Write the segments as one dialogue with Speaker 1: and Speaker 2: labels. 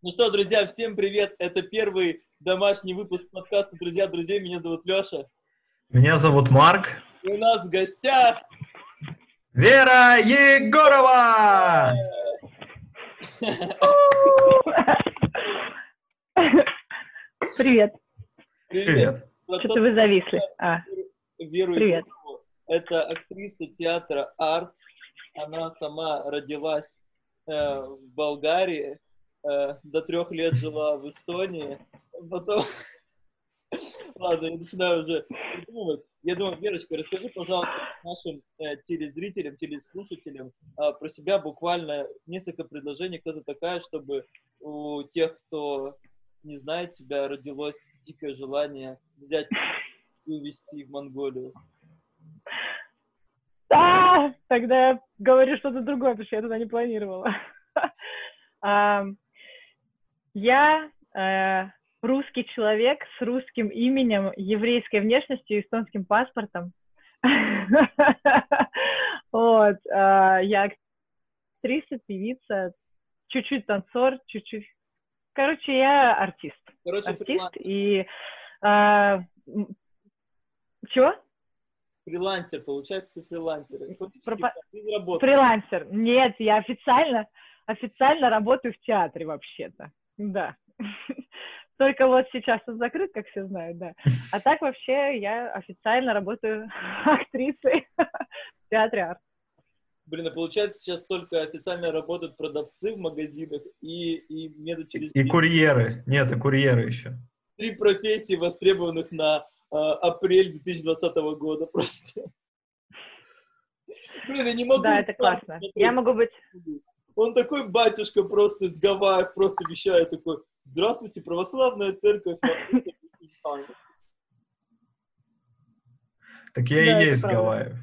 Speaker 1: Ну что, друзья, всем привет! Это первый домашний выпуск подкаста «Друзья друзей». Меня зовут Леша.
Speaker 2: Меня зовут Марк.
Speaker 1: И у нас в гостях
Speaker 2: Вера Егорова!
Speaker 3: Привет.
Speaker 1: Привет.
Speaker 3: Что-то вы зависли.
Speaker 1: Веру
Speaker 3: Привет.
Speaker 1: Егорову. Это актриса театра «Арт». Она сама родилась в Болгарии, до 3 лет жила в Эстонии. Потом... Ладно, я начинаю уже придумывать. Я думаю, Верочка, расскажи, пожалуйста, нашим телезрителям, телеслушателям про себя буквально несколько предложений, кто ты такая, чтобы у тех, кто не знает тебя, родилось дикое желание взять и увезти в Монголию.
Speaker 3: Тогда я говорю что-то другое, потому что я туда не планировала. Я русский человек с русским именем, еврейской внешностью и эстонским паспортом. Вот. Я актриса, певица, чуть-чуть танцор, чуть-чуть. Короче, я артист.
Speaker 1: Короче, фрилансер.
Speaker 3: И... Чего?
Speaker 1: Фрилансер, получается, ты фрилансер.
Speaker 3: Фрилансер. Нет, я официально работаю в театре вообще-то. Да. Только вот сейчас он закрыт, как все знают, да. А так вообще я официально работаю актрисой в театре «Арт».
Speaker 1: Блин, а получается, сейчас только официально работают продавцы в магазинах и медучреждения.
Speaker 2: И курьеры. Нет, и курьеры еще.
Speaker 1: 3 профессии, востребованных на апрель 2020 года просто. Блин, я не могу...
Speaker 3: Да, это классно. Я могу быть...
Speaker 1: Он такой батюшка просто из Гавайев, просто вещает такой: «Здравствуйте, православная церковь».
Speaker 2: Так я и есть Гавайев.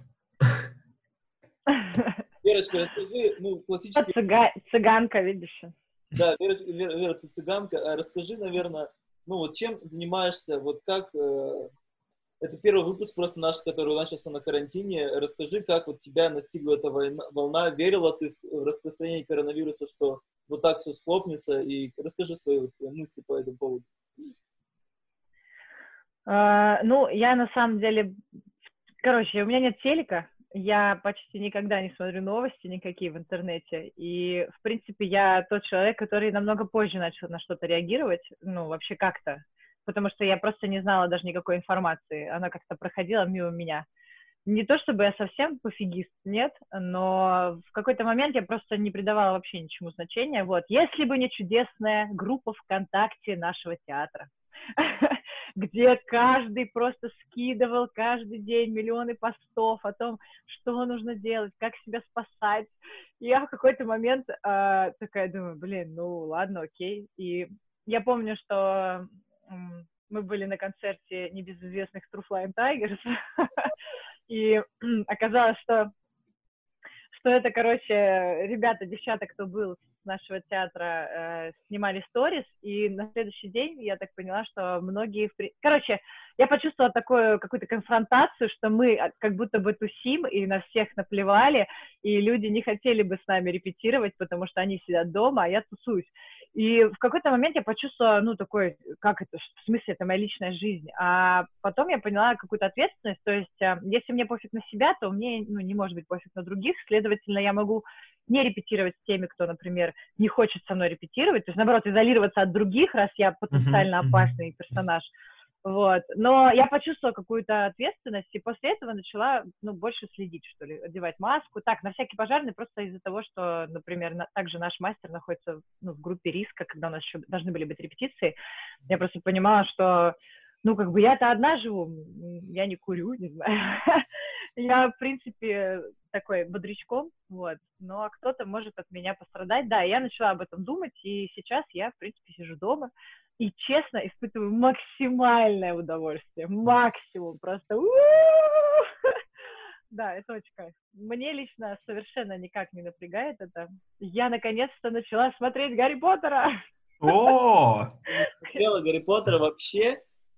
Speaker 1: Верочка, расскажи, классический...
Speaker 3: Цыганка, видишь?
Speaker 1: Да, Вера, ты цыганка. Расскажи, наверное, чем занимаешься, вот как... Это первый выпуск просто наш, который начался на карантине. Расскажи, как вот тебя настигла эта волна. Верила ты в распространение коронавируса, что вот так все схлопнется? И расскажи свои мысли по этому поводу.
Speaker 3: Я на самом деле... Короче, у меня нет телека. Я почти никогда не смотрю новости никакие в интернете. И, в принципе, я тот человек, который намного позже начал на что-то реагировать. Вообще как-то. Потому что я просто не знала даже никакой информации. Она как-то проходила мимо меня. Не то чтобы я совсем пофигист, нет, но в какой-то момент я просто не придавала вообще ничему значения. Вот. Если бы не чудесная группа ВКонтакте нашего театра, где каждый просто скидывал каждый день миллионы постов о том, что нужно делать, как себя спасать. И я в какой-то момент такая думаю, ладно, окей. И я помню, что мы были на концерте небезызвестных True Flying Tigers, и оказалось, что это, ребята, девчата, кто был с нашего театра, снимали сторис, и на следующий день я так поняла, что многие... я почувствовала такую какую-то конфронтацию, что мы как будто бы тусим, и на всех наплевали, и люди не хотели бы с нами репетировать, потому что они сидят дома, а я тусуюсь. И в какой-то момент я почувствовала, как это, в смысле, это моя личная жизнь. А потом я поняла какую-то ответственность, то есть, если мне пофиг на себя, то мне, не может быть пофиг на других, следовательно, я могу не репетировать с теми, кто, например, не хочет со мной репетировать, то есть, наоборот, изолироваться от других, раз я потенциально опасный персонаж. Вот. Но я почувствовала какую-то ответственность, и после этого начала, больше следить, что ли, одевать маску. Так, на всякий пожарный, просто из-за того, что, например, также наш мастер находится, в группе риска, когда у нас еще должны были быть репетиции. Я просто понимала, что, я-то одна живу, я не курю, не знаю. Я, в принципе, такой бодрячком, вот. Ну, а кто-то может от меня пострадать. Да, я начала об этом думать, и сейчас я, в принципе, сижу дома. И, честно, испытываю максимальное удовольствие. Максимум. Просто. Да, это очень кайф. Мне лично совершенно никак не напрягает это. Я, наконец-то, начала смотреть Гарри Поттера.
Speaker 2: О!
Speaker 1: Смотрела Гарри Поттера вообще?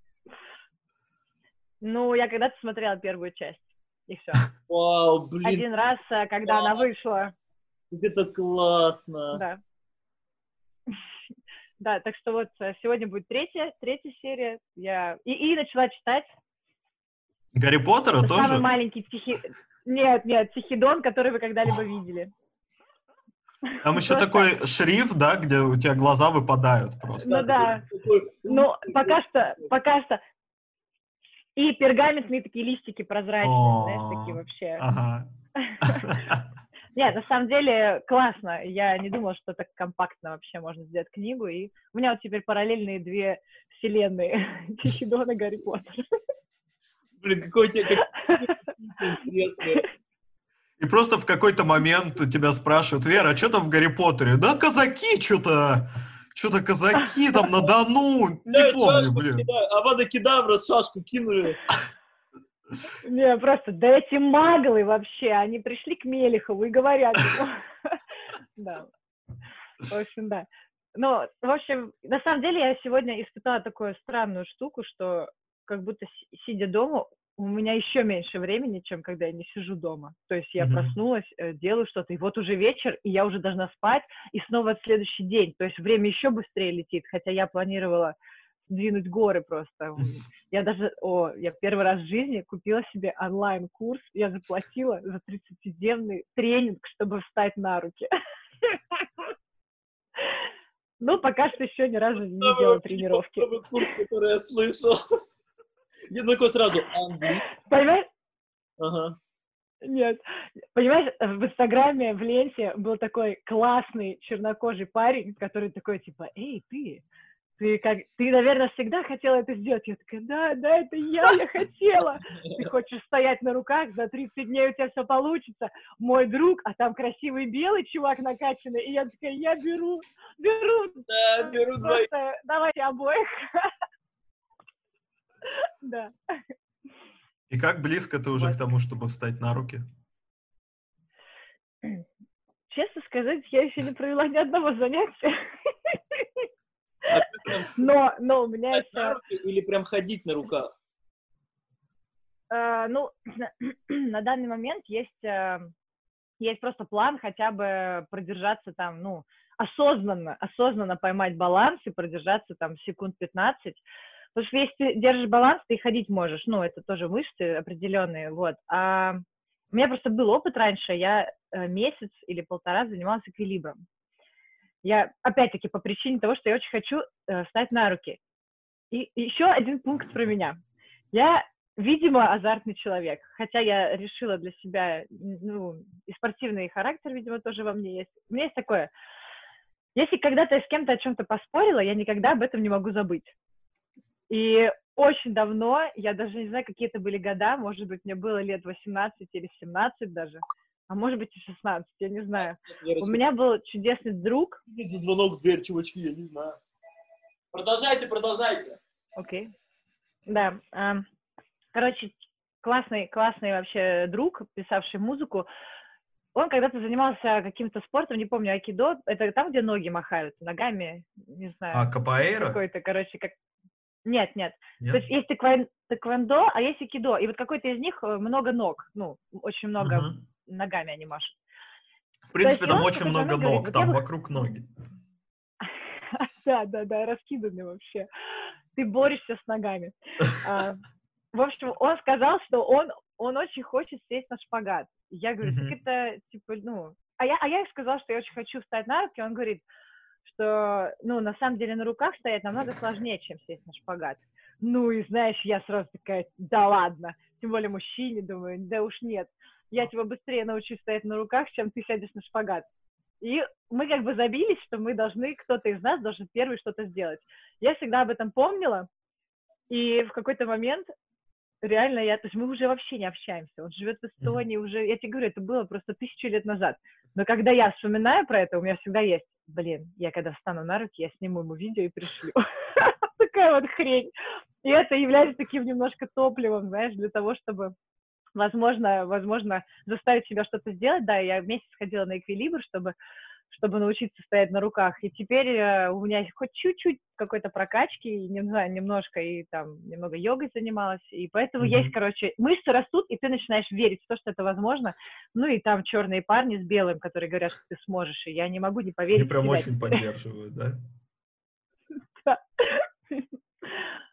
Speaker 3: Я когда-то смотрела первую часть. И все.
Speaker 1: Вау, блин.
Speaker 3: Один раз, когда она вышла.
Speaker 1: Это классно.
Speaker 3: Да. Да, так что вот сегодня будет третья серия. Я и начала читать.
Speaker 2: Гарри Поттера
Speaker 3: Это
Speaker 2: тоже?
Speaker 3: самый маленький Нет, Тихидон, который вы когда-либо видели.
Speaker 2: Там еще
Speaker 3: Просто-
Speaker 2: такой шрифт, да, где у тебя глаза выпадают просто.
Speaker 3: Ну да. Ну, пока что. И пергаментные такие листики прозрачные, знаешь, такие вообще.
Speaker 2: Ага.
Speaker 3: Нет, на самом деле классно. Я не думала, что так компактно вообще можно сделать книгу. И у меня вот теперь параллельные две вселенные. Тихидон и Гарри Поттер.
Speaker 1: Блин, какой тебе интересный.
Speaker 2: И просто в какой-то момент тебя спрашивают: Вера, а что там в Гарри Поттере? Да казаки что-то казаки там на Дону, не помню, блин.
Speaker 1: Авада Кедавра шашку кинули.
Speaker 3: Не, просто, да эти маглы вообще, они пришли к Мелихову и говорят ему. Да. В общем, да. Ну, в общем, на самом деле я сегодня испытала такую странную штуку, что как будто сидя дома, у меня еще меньше времени, чем когда я не сижу дома. То есть я проснулась, делаю что-то, и вот уже вечер, и я уже должна спать, и снова следующий день. То есть время еще быстрее летит, хотя я планировала двинуть горы просто. Я первый раз в жизни купила себе онлайн-курс, я заплатила за 30-дневный тренинг, чтобы встать на руки. Ну, пока что еще ни разу не делала тренировки.
Speaker 1: Самый курс, который я слышал. Я такой сразу, английский.
Speaker 3: Понимаешь?
Speaker 1: Ага.
Speaker 3: Нет. Понимаешь, в Инстаграме, в ленте был такой классный чернокожий парень, который такой, типа, эй, ты, наверное, всегда хотела это сделать. Я такая, да, это я хотела. Ты хочешь стоять на руках, за 30 дней у тебя все получится. Мой друг, а там красивый белый чувак накачанный. И я такая, я беру.
Speaker 1: Да, беру двоих.
Speaker 3: Просто давайте обоих. Да.
Speaker 2: И как близко ты уже
Speaker 3: Вот.
Speaker 2: к тому, чтобы встать на руки?
Speaker 3: Честно сказать, я еще не провела ни одного занятия.
Speaker 1: А ты прям
Speaker 3: Но у меня
Speaker 1: встать
Speaker 3: есть...
Speaker 1: на руки или прям ходить на руках?
Speaker 3: Ну, на данный момент есть просто план хотя бы продержаться там, ну, осознанно поймать баланс и продержаться там секунд 15. Потому что если ты держишь баланс, ты и ходить можешь. Ну, это тоже мышцы определенные, вот. А у меня просто был опыт раньше. Я месяц или полтора занималась эквилибром. Я, опять-таки, по причине того, что я очень хочу встать на руки. И еще один пункт про меня. Я, видимо, азартный человек. Хотя я решила для себя, ну, и спортивный характер, видимо, тоже во мне есть. У меня есть такое. Если когда-то я с кем-то о чем-то поспорила, я никогда об этом не могу забыть. И очень давно, я даже не знаю, какие это были года, может быть, мне было лет 18 или 17 даже, а может быть и 16, я не знаю. У меня был чудесный друг.
Speaker 1: За звонок в дверь, чувачки, я не знаю. Продолжайте.
Speaker 3: Окей. Да. Короче, классный вообще друг, писавший музыку. Он когда-то занимался каким-то спортом, не помню, айкидо. Это там, где ноги махают, ногами, не знаю.
Speaker 2: А капоэйра?
Speaker 3: Какой-то, короче, как... Нет. То есть есть тэквондо, а есть айкидо. И вот какой-то из них много ног. Ну, очень много ногами они машут.
Speaker 2: В принципе, там
Speaker 3: он
Speaker 2: очень много ног, там вокруг ноги.
Speaker 3: Да, раскиданы вообще. Ты борешься с ногами. В общем, он сказал, что он очень хочет сесть на шпагат. Я говорю, так это, типа, ну... А я сказала, что я очень хочу встать на руки. Он говорит, что, ну, на самом деле на руках стоять намного сложнее, чем сесть на шпагат. Ну, и знаешь, я сразу такая, да ладно. Тем более мужчине, думаю, да уж нет. Я тебя быстрее научусь стоять на руках, чем ты сядешь на шпагат. И мы как бы забились, что мы должны, кто-то из нас должен первый что-то сделать. Я всегда об этом помнила, и в какой-то момент реально то есть мы уже вообще не общаемся. Он живет в Эстонии уже, я тебе говорю, это было просто 1000 лет назад. Но когда я вспоминаю про это, у меня всегда есть, я когда встану на руки, я сниму ему видео и пришлю. Такая вот хрень. И это является таким немножко топливом, знаешь, для того, чтобы, возможно, заставить себя что-то сделать. Да, я месяц ходила на эквилибр, чтобы научиться стоять на руках. И теперь у меня хоть чуть-чуть какой-то прокачки, не знаю, немножко, и там немного йогой занималась. И поэтому есть, короче, мышцы растут, и ты начинаешь верить в то, что это возможно. Ну и там черные парни с белым, которые говорят, что ты сможешь. И я не могу не поверить
Speaker 2: Они прям
Speaker 3: в себя.
Speaker 2: очень поддерживают, да?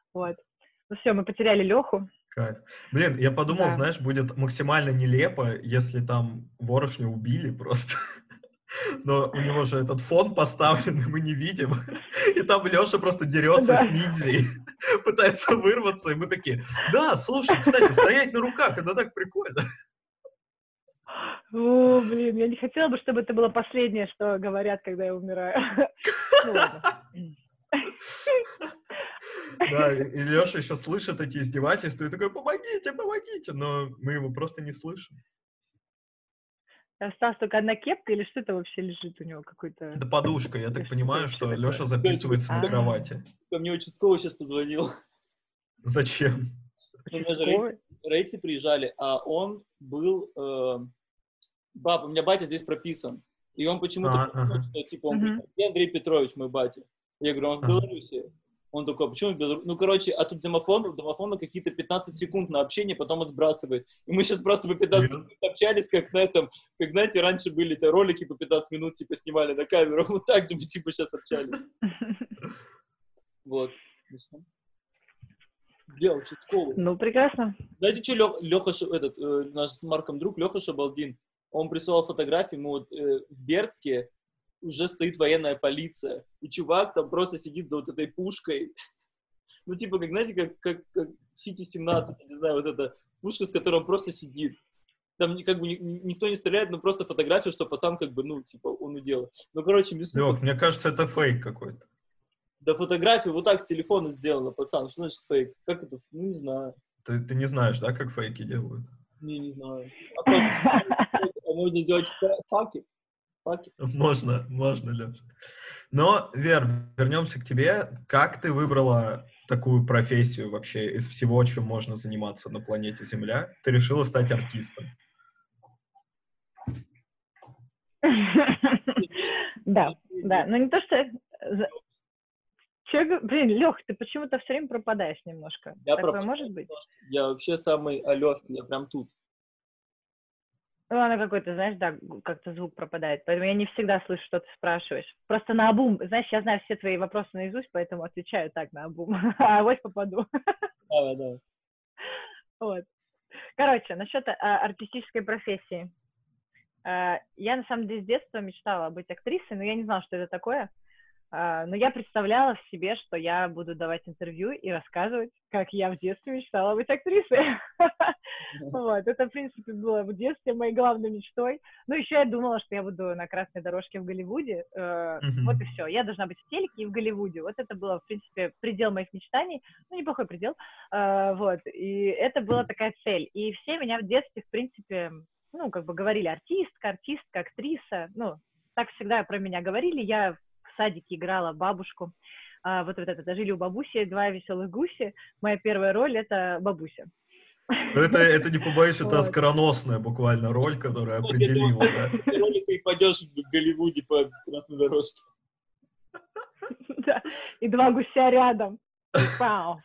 Speaker 3: Вот. Ну все, мы потеряли Леху.
Speaker 2: Кайф. Блин, я подумал,
Speaker 3: Да.
Speaker 2: знаешь, будет максимально нелепо, если там Ворошню убили просто. Но у него же этот фон поставлен, и мы не видим. И там Леша просто дерется
Speaker 3: Да.
Speaker 2: с ниндзей, пытается вырваться, и мы такие, да, слушай, кстати, стоять на руках, это так прикольно.
Speaker 3: О, блин, я не хотела бы, чтобы это было последнее, что говорят, когда я умираю. Ну ладно.
Speaker 2: Да, и Леша еще слышит эти издевательства, и такой, помогите, помогите, но мы его просто не слышим.
Speaker 3: Осталась только одна кепка, или что это вообще лежит у него какой-то...
Speaker 2: Да подушка, я
Speaker 3: Или
Speaker 2: так
Speaker 3: что
Speaker 2: понимаю,
Speaker 3: это
Speaker 2: что
Speaker 3: вообще
Speaker 2: Леша
Speaker 3: такое?
Speaker 2: записывается на кровати.
Speaker 1: Ко мне участковый сейчас позвонил.
Speaker 2: Зачем?
Speaker 1: У меня же
Speaker 3: Участковый?
Speaker 1: родители приезжали, а он был... у меня батя здесь прописан. И он почему-то подумал, что, типа, он говорит, где Андрей Петрович, мой батя? Я говорю, он в Беларуси. Он такой, а почему в Беларуси? Ну, короче, а тут у домофона какие-то 15 секунд на общение, потом отсбрасывает. И мы сейчас просто по 15 секунд общались, как на этом, как, знаете, раньше были-то ролики по 15 минут, типа, снимали на камеру. Вот так же мы, типа, сейчас общались. Вот. Где участковый?
Speaker 3: Ну, прекрасно.
Speaker 1: Знаете, что Леха, наш с Марком друг, Леха Шабалдин, он присылал фотографии, мы вот в Бердске уже стоит военная полиция, и чувак там просто сидит за вот этой пушкой. Ну, типа, как, знаете, как Сити-17, я не знаю, вот эта пушка, с которой он просто сидит. Там как бы никто не стреляет, но просто фотография, что пацан как бы, ну, типа, он уделал. Ну, короче,
Speaker 2: Лёх, мне кажется, это фейк какой-то.
Speaker 1: Да фотография вот так с телефона сделана, пацан. Что значит фейк? Как это? Ну, не знаю.
Speaker 2: Ты не знаешь, да, как фейки делают?
Speaker 1: Не знаю. А можно сделать факи?
Speaker 2: Можно, Лёш. Но, Вер, вернемся к тебе. Как ты выбрала такую профессию вообще из всего, чем можно заниматься на планете Земля? Ты решила стать артистом.
Speaker 3: Да. Но не то, что... Блин, Лёх, ты почему-то все время пропадаешь немножко. Такое может быть?
Speaker 1: Я вообще самый Алёшка, я прям тут.
Speaker 3: Ну, она какой-то, знаешь, да, как-то звук пропадает. Поэтому я не всегда слышу, что ты спрашиваешь. Просто наобум. Знаешь, я знаю все твои вопросы наизусть, поэтому отвечаю так наобум. А авось попаду.
Speaker 1: Да.
Speaker 3: Вот. Короче, насчет артистической профессии. Я, на самом деле, с детства мечтала быть актрисой, но я не знала, что это такое. Но я представляла в себе, что я буду давать интервью и рассказывать, как я в детстве мечтала быть актрисой. Вот, это, в принципе, было в детстве моей главной мечтой. Ну, еще я думала, что я буду на красной дорожке в Голливуде. Вот и все. Я должна быть в телеке и в Голливуде. Вот это было, в принципе, предел моих мечтаний. Ну, неплохой предел. Вот, и это была такая цель. И все меня в детстве, в принципе, ну, как бы говорили артистка, актриса. Ну, так всегда про меня говорили. Я в садике играла бабушку. Вот это «Жили у бабуси два веселых гуси». Моя первая роль — это бабуся.
Speaker 2: Это не побоюсь, это оскароносная буквально роль, которая определила, да?
Speaker 1: Ты ролика и пойдешь в Голливуде по красной дорожке.
Speaker 3: Да, и два гуся рядом. Фау.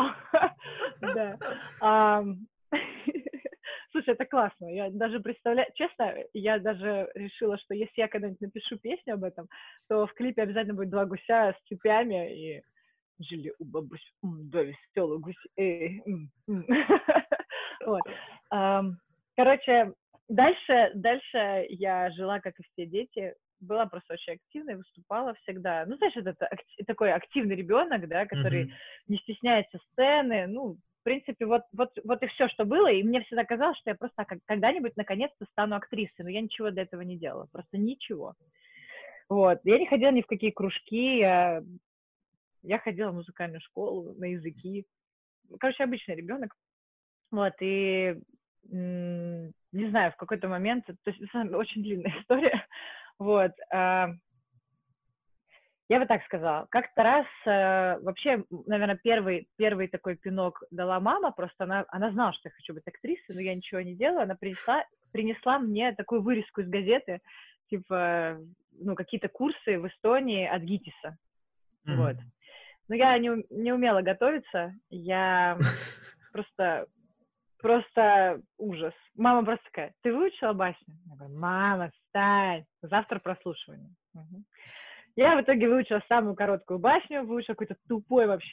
Speaker 3: Да. Слушай, это классно. Я даже представляю, честно, я даже решила, что если я когда-нибудь напишу песню об этом, то в клипе обязательно будет два гуся с цепями и жили у бабусь два веселых гуся. Вот. Короче, дальше я жила, как и все дети, была просто очень активной, выступала всегда. Ну, знаешь, это такой активный ребенок, да, который не стесняется сцены, ну, в принципе, вот и все, что было, и мне всегда казалось, что я просто когда-нибудь наконец-то стану актрисой, но я ничего для этого не делала, просто ничего. Вот, я не ходила ни в какие кружки, я ходила в музыкальную школу, на языки. Короче, обычный ребенок. Вот, и не знаю, в какой-то момент, то есть это очень длинная история, вот, я бы так сказала. Как-то раз, вообще, наверное, первый такой пинок дала мама, просто она знала, что я хочу быть актрисой, но я ничего не делала, она принесла мне такую вырезку из газеты, типа, ну, какие-то курсы в Эстонии от ГИТИСа, вот. Но я не умела готовиться, я просто ужас. Мама просто такая: ты выучила басню? Я говорю: мама, встань, завтра прослушивание. Я в итоге выучила самую короткую басню, выучила какой-то тупой вообще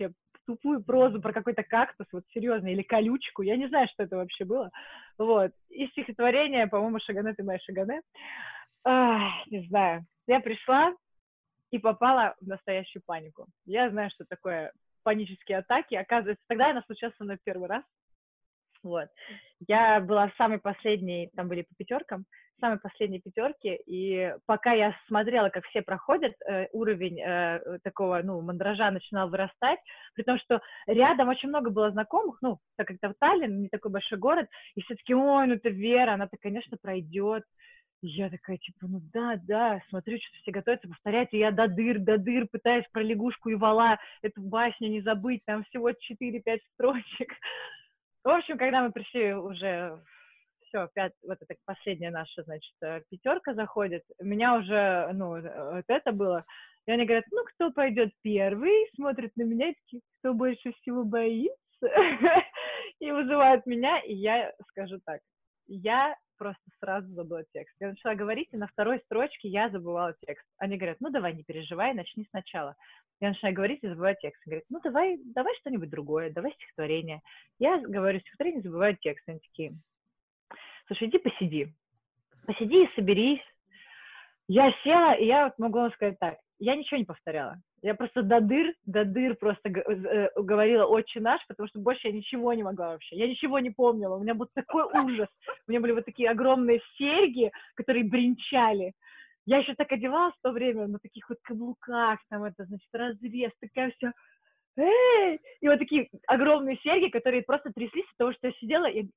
Speaker 3: тупую прозу про какой-то кактус, вот серьезно, или колючку, я не знаю, что это вообще было, вот, и стихотворение, по-моему, «Шагане, ты моя Шагане», не знаю, я пришла и попала в настоящую панику. Я знаю, что такое панические атаки, оказывается, тогда она случилась со мной первый раз, вот. Я была в самой последней, там были по пятеркам, в самой последней пятерке, и пока я смотрела, как все проходят, уровень такого, ну, мандража начинал вырастать, при том, что рядом очень много было знакомых, ну, так как это Таллин, не такой большой город, и все таки ой, ну это Вера, она-то, конечно, пройдет. И я такая, типа, ну да, смотрю, что все готовятся повторять, и я до дыр пытаюсь про лягушку и вала эту басню не забыть, там всего 4-5 строчек. В общем, когда мы пришли уже, все, вот это последняя наша, значит, пятерка заходит, у меня уже, ну, вот это было, и они говорят, ну, кто пойдет первый, смотрят на меня, и такие, кто больше всего боится, и вызывают меня, и я скажу так, я просто сразу забыла текст. Я начала говорить, и на второй строчке я забывала текст. Они говорят, ну, давай, не переживай, начни сначала. Я начинаю говорить и забываю текст. Они говорят, ну, давай что-нибудь другое, давай стихотворение. Я говорю стихотворение, забываю текст. Они такие, слушай, иди посиди и соберись. Я села, и я вот могу вам сказать так, я ничего не повторяла. Я просто до дыр просто говорила «Отче наш», потому что больше я ничего не могла вообще. Я ничего не помнила. У меня был такой ужас. У меня были вот такие огромные серьги, которые бренчали. Я еще так одевалась в то время на таких вот каблуках, там это, значит, разрез, такая вся... Эй! И вот такие огромные серьги, которые просто тряслись от того, что я сидела, и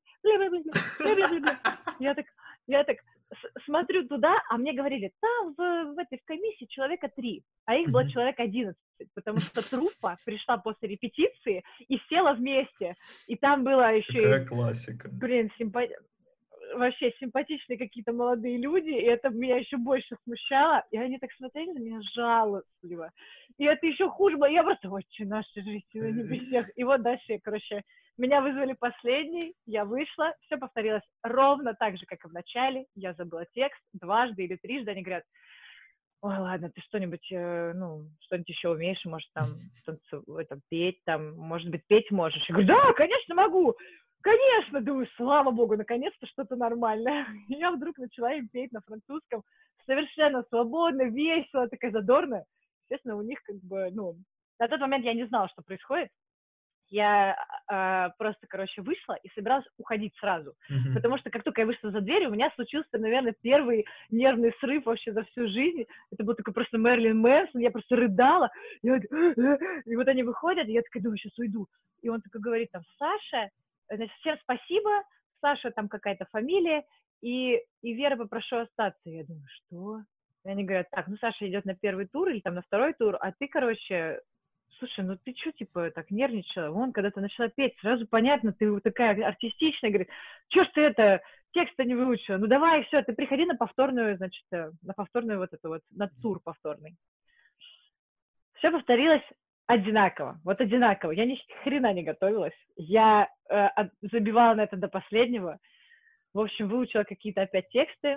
Speaker 3: я так смотрю туда, а мне говорили, там в этой комиссии человека 3, а их было человек 11, потому что труппа пришла после репетиции и села вместе, и там была еще...
Speaker 2: Какая классика.
Speaker 3: Блин, вообще симпатичные какие-то молодые люди, и это меня еще больше смущало, и они так смотрели на меня жалостливо. И это еще хуже было, я просто, отче наш, жизнь на небесах. И вот дальше, короче, меня вызвали последний, я вышла, все повторилось ровно так же, как и в начале, я забыла текст дважды или трижды, они говорят, ой, ладно, ты что-нибудь, ну, что-нибудь еще умеешь, может, там, петь, там, может быть, петь можешь? Я говорю, да, конечно, могу! Конечно, думаю, слава богу, наконец-то что-то нормальное. И я вдруг начала им петь на французском совершенно свободно, весело, такая задорная. Естественно, у них как бы, ну, на тот момент я не знала, что происходит. Я просто, короче, вышла и собиралась уходить сразу. Потому что как только я вышла за дверь, у меня случился, наверное, первый нервный срыв вообще за всю жизнь. Это был такой просто Мэрилин Мэнсон, я просто рыдала. И вот они выходят, и я такая думаю, сейчас уйду. И он такой говорит там, Саша, значит, всем спасибо, Саша там какая-то фамилия, и Вера, попрошу остаться. Я думаю, что? И они говорят, так, ну Саша идет на первый тур или там на второй тур, а ты, короче... Слушай, ну ты что, типа, так нервничала? Вон, когда ты начала петь, сразу понятно, ты вот такая артистичная, говорит, что ж ты это, текста не выучила? Ну давай, все, ты приходи на повторную, значит, на повторную вот эту вот, на тур повторный. Все повторилось одинаково, вот одинаково. Я ни хрена не готовилась. Я забивала на это до последнего. В общем, выучила какие-то опять тексты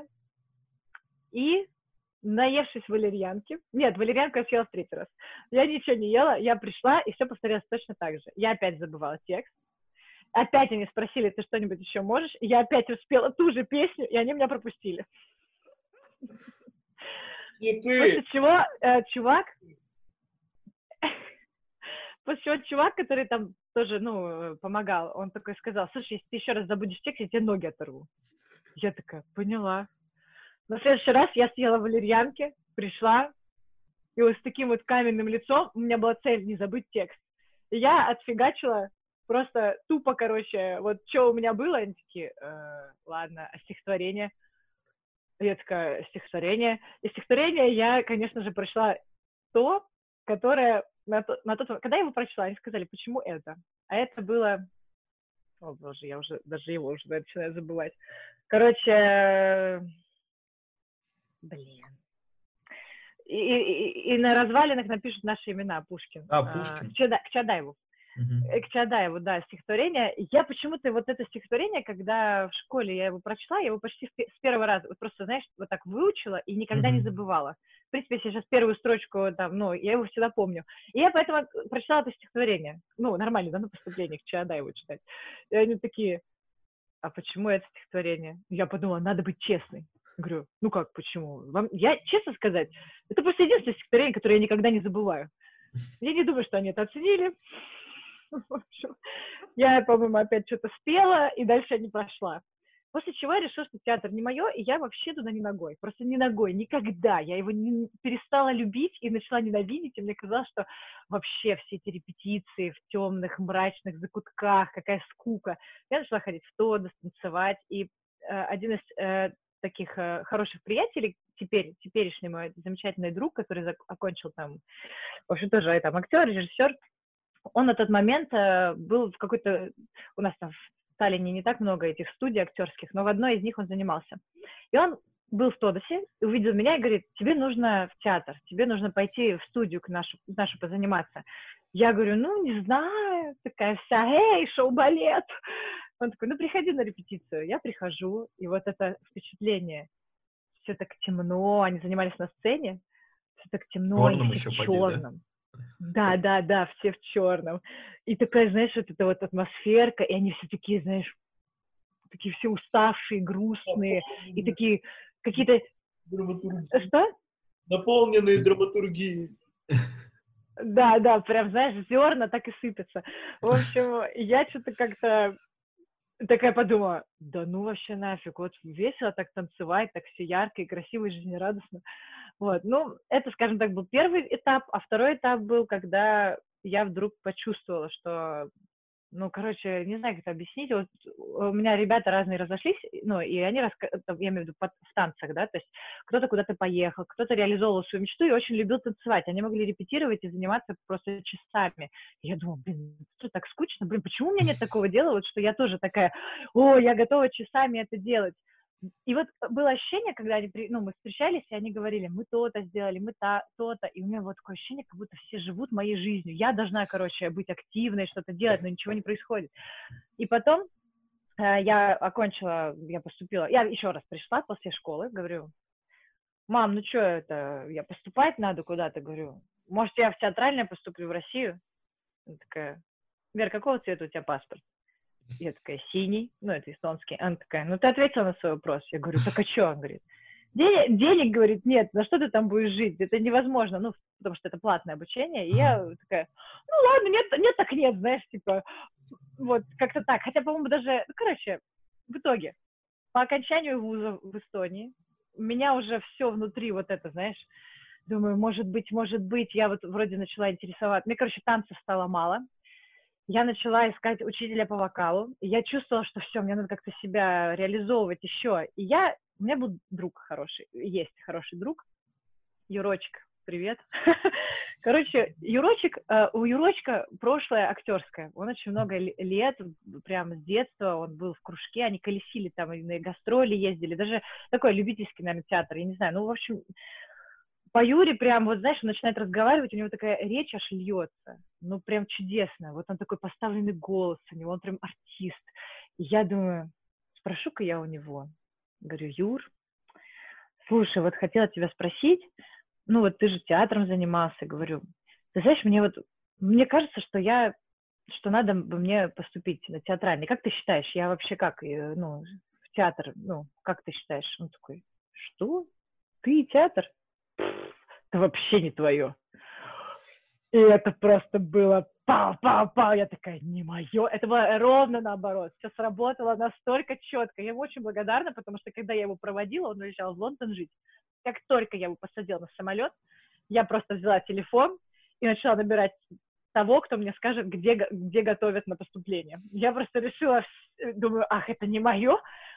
Speaker 3: и... наевшись валерьянки. Нет, валерьянку я съела в третий раз. Я ничего не ела, я пришла, и все повторялось точно так же. Я опять забывала текст. Опять они спросили, ты что-нибудь еще можешь? И я опять успела ту же песню, и они меня пропустили.
Speaker 1: И ты...
Speaker 3: После чего чувак, который там тоже, ну, помогал, он такой сказал, слушай, если ты еще раз забудешь текст, я тебе ноги оторву. Я такая, поняла. На следующий раз я съела валерьянки, пришла, и вот с таким вот каменным лицом у меня была цель не забыть текст. И я отфигачила просто тупо, короче, вот что у меня было, они такие, ладно, а стихотворение? Я такая, стихотворение. И стихотворение я, конечно же, прочла то, которое на тот момент, когда я его прочла, они сказали, почему это? А это было... О, боже, я уже, даже его уже начинаю забывать. Короче... Блин. И на развалинах напишут наши имена, Пушкин.
Speaker 2: Пушкин.
Speaker 3: К Чадаеву. К Чаадаеву, да, стихотворение. Я почему-то вот это стихотворение, когда в школе я его прочла, я его почти с первого раза, вот просто, знаешь, вот так выучила и никогда не забывала. В принципе, если сейчас первую строчку, там, ну, я его всегда помню. И я поэтому прочитала это стихотворение. Ну, нормально, да, на поступление к Чаадаеву читать. И они такие, а почему это стихотворение? Я подумала, надо быть честной. Говорю, ну как, почему? Я, честно сказать, это просто единственное стихотворение, которое я никогда не забываю. Я не думаю, что они это оценили. В общем, я, по-моему, опять что-то спела, и дальше я не прошла. После чего я решила, что театр не мое, и я вообще туда не ногой. Просто не ногой, никогда. Я его перестала любить и начала ненавидеть, и мне казалось, что вообще все эти репетиции в темных, мрачных закутках, какая скука. Я начала ходить в тодос, танцевать, и один из таких хороших приятелей, теперешний мой замечательный друг, который окончил там, в общем, тоже там актер, режиссер, он на тот момент был в какой-то... У нас там в Таллине не так много этих студий актерских, но в одной из них он занимался. И он был в Тодосе, увидел меня и говорит, тебе нужно в театр, тебе нужно пойти в студию к нашу позаниматься. Я говорю, ну, не знаю, такая вся, эй, шоу-балет. Он такой, ну, приходи на репетицию. Я прихожу, и вот это впечатление, все так темно, они занимались на сцене, все так темно, они все в черном. Да, все в черном. И такая, знаешь, вот эта вот атмосферка, и они все такие, знаешь, такие все уставшие, грустные, и такие какие-то... Что?
Speaker 1: Наполненные драматургией.
Speaker 3: Да, прям, знаешь, зерна так и сыпятся. В общем, я что-то как-то такая подумала, да ну вообще нафиг, вот весело так танцевать, так все ярко и красиво, и жизнерадостно. Вот, ну, это, скажем так, был первый этап, а второй этап был, когда я вдруг почувствовала, что, ну, короче, не знаю, как это объяснить, вот у меня ребята разные разошлись, ну, и они, я имею в виду, в танцах, да, то есть кто-то куда-то поехал, кто-то реализовывал свою мечту и очень любил танцевать, они могли репетировать и заниматься просто часами. И я думала, блин, что так скучно, блин, почему у меня нет такого дела, вот, что я тоже такая, о, я готова часами это делать. И вот было ощущение, когда они, мы встречались, и они говорили, мы то-то сделали, мы то-то, и у меня вот такое ощущение, как будто все живут моей жизнью. Я должна, короче, быть активной, что-то делать, но ничего не происходит. И потом я поступила, я еще раз пришла после школы, говорю, мам, ну что это, я поступать надо куда-то, говорю, может, я в театральное поступлю в Россию? Она такая, Вер, какого цвета у тебя паспорт? Я такая, синий, ну, это эстонский. Она такая, ну, ты ответила на свой вопрос. Я говорю, так а что? Он говорит, денег, говорит, нет, на что ты там будешь жить? Это невозможно, ну, потому что это платное обучение. И я такая, ну, ладно, нет, так нет, знаешь, типа, вот, как-то так. Хотя, по-моему, даже, ну, короче, в итоге, по окончанию вуза в Эстонии, у меня уже все внутри вот это, знаешь, думаю, может быть, я вот вроде начала интересоваться. Мне, короче, танцев стало мало. Я начала искать учителя по вокалу, и я чувствовала, что все, мне надо как-то себя реализовывать еще. И у меня был друг хороший, есть хороший друг, Юрочек, привет. Короче, у Юрочка прошлое актерское. Он очень много лет, прямо с детства, он был в кружке, они колесили там, и на гастроли ездили, даже такой любительский, наверное, театр, я не знаю, ну, в общем... По Юре прям, вот знаешь, он начинает разговаривать, у него такая речь аж льется. Ну, прям чудесно. Вот он такой поставленный голос у него, он прям артист. И я думаю, спрошу-ка я у него. Говорю, Юр, слушай, вот хотела тебя спросить, ну вот ты же театром занимался, говорю, ты знаешь, мне кажется, что надо бы мне поступить на театральный. Как ты считаешь, я вообще как, ну, в театр, ну, как ты считаешь? Он такой, что? Ты театр? Это вообще не твое. И это просто было пау-пау-пау. Я такая, не мое. Это было ровно наоборот. Все сработало настолько четко. Я ему очень благодарна, потому что когда я его проводила, он уезжал в Лондон жить. Как только я его посадила на самолет, я просто взяла телефон и начала набирать того, кто мне скажет, где готовят на поступление. Я просто решила, думаю, ах, это не мое.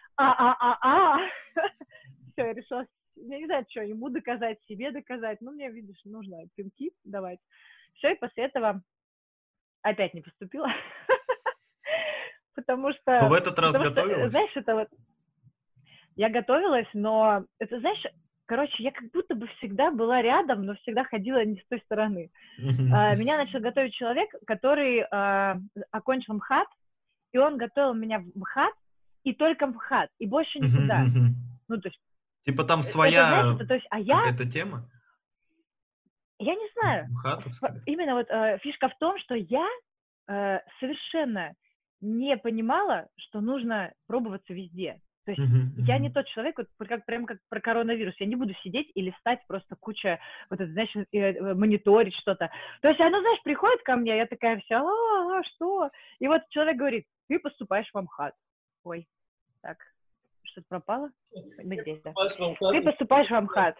Speaker 3: Все, я решила, я не знаю, что, ему доказать, себе доказать. Ну, мне, видишь, нужно пинки давать. Все, и после этого опять не поступила. Потому что...
Speaker 2: Но в этот раз готовилась?
Speaker 3: Знаешь, это вот... Я готовилась, но... Это, знаешь, короче, я как будто бы всегда была рядом, но всегда ходила не с той стороны. Меня начал готовить человек, который окончил МХАТ, и он готовил меня в МХАТ, и только в МХАТ, и больше никуда. Ну, то есть,
Speaker 2: Типа там
Speaker 3: это,
Speaker 2: своя
Speaker 3: знаешь, это, то есть,
Speaker 2: какая-то тема?
Speaker 3: Я не знаю.
Speaker 2: МХАТовская?
Speaker 3: Именно вот фишка в том, что я совершенно не понимала, что нужно пробоваться везде. То есть я не тот человек, вот прям как про коронавирус. Я не буду сидеть и листать просто куча, вот это, знаешь, мониторить что-то. То есть оно, знаешь, приходит ко мне, я такая вся, что? И вот человек говорит, ты поступаешь в МХАТ. Ой, так, что-то пропало? Мы здесь, да. Ты поступаешь в МХАТ.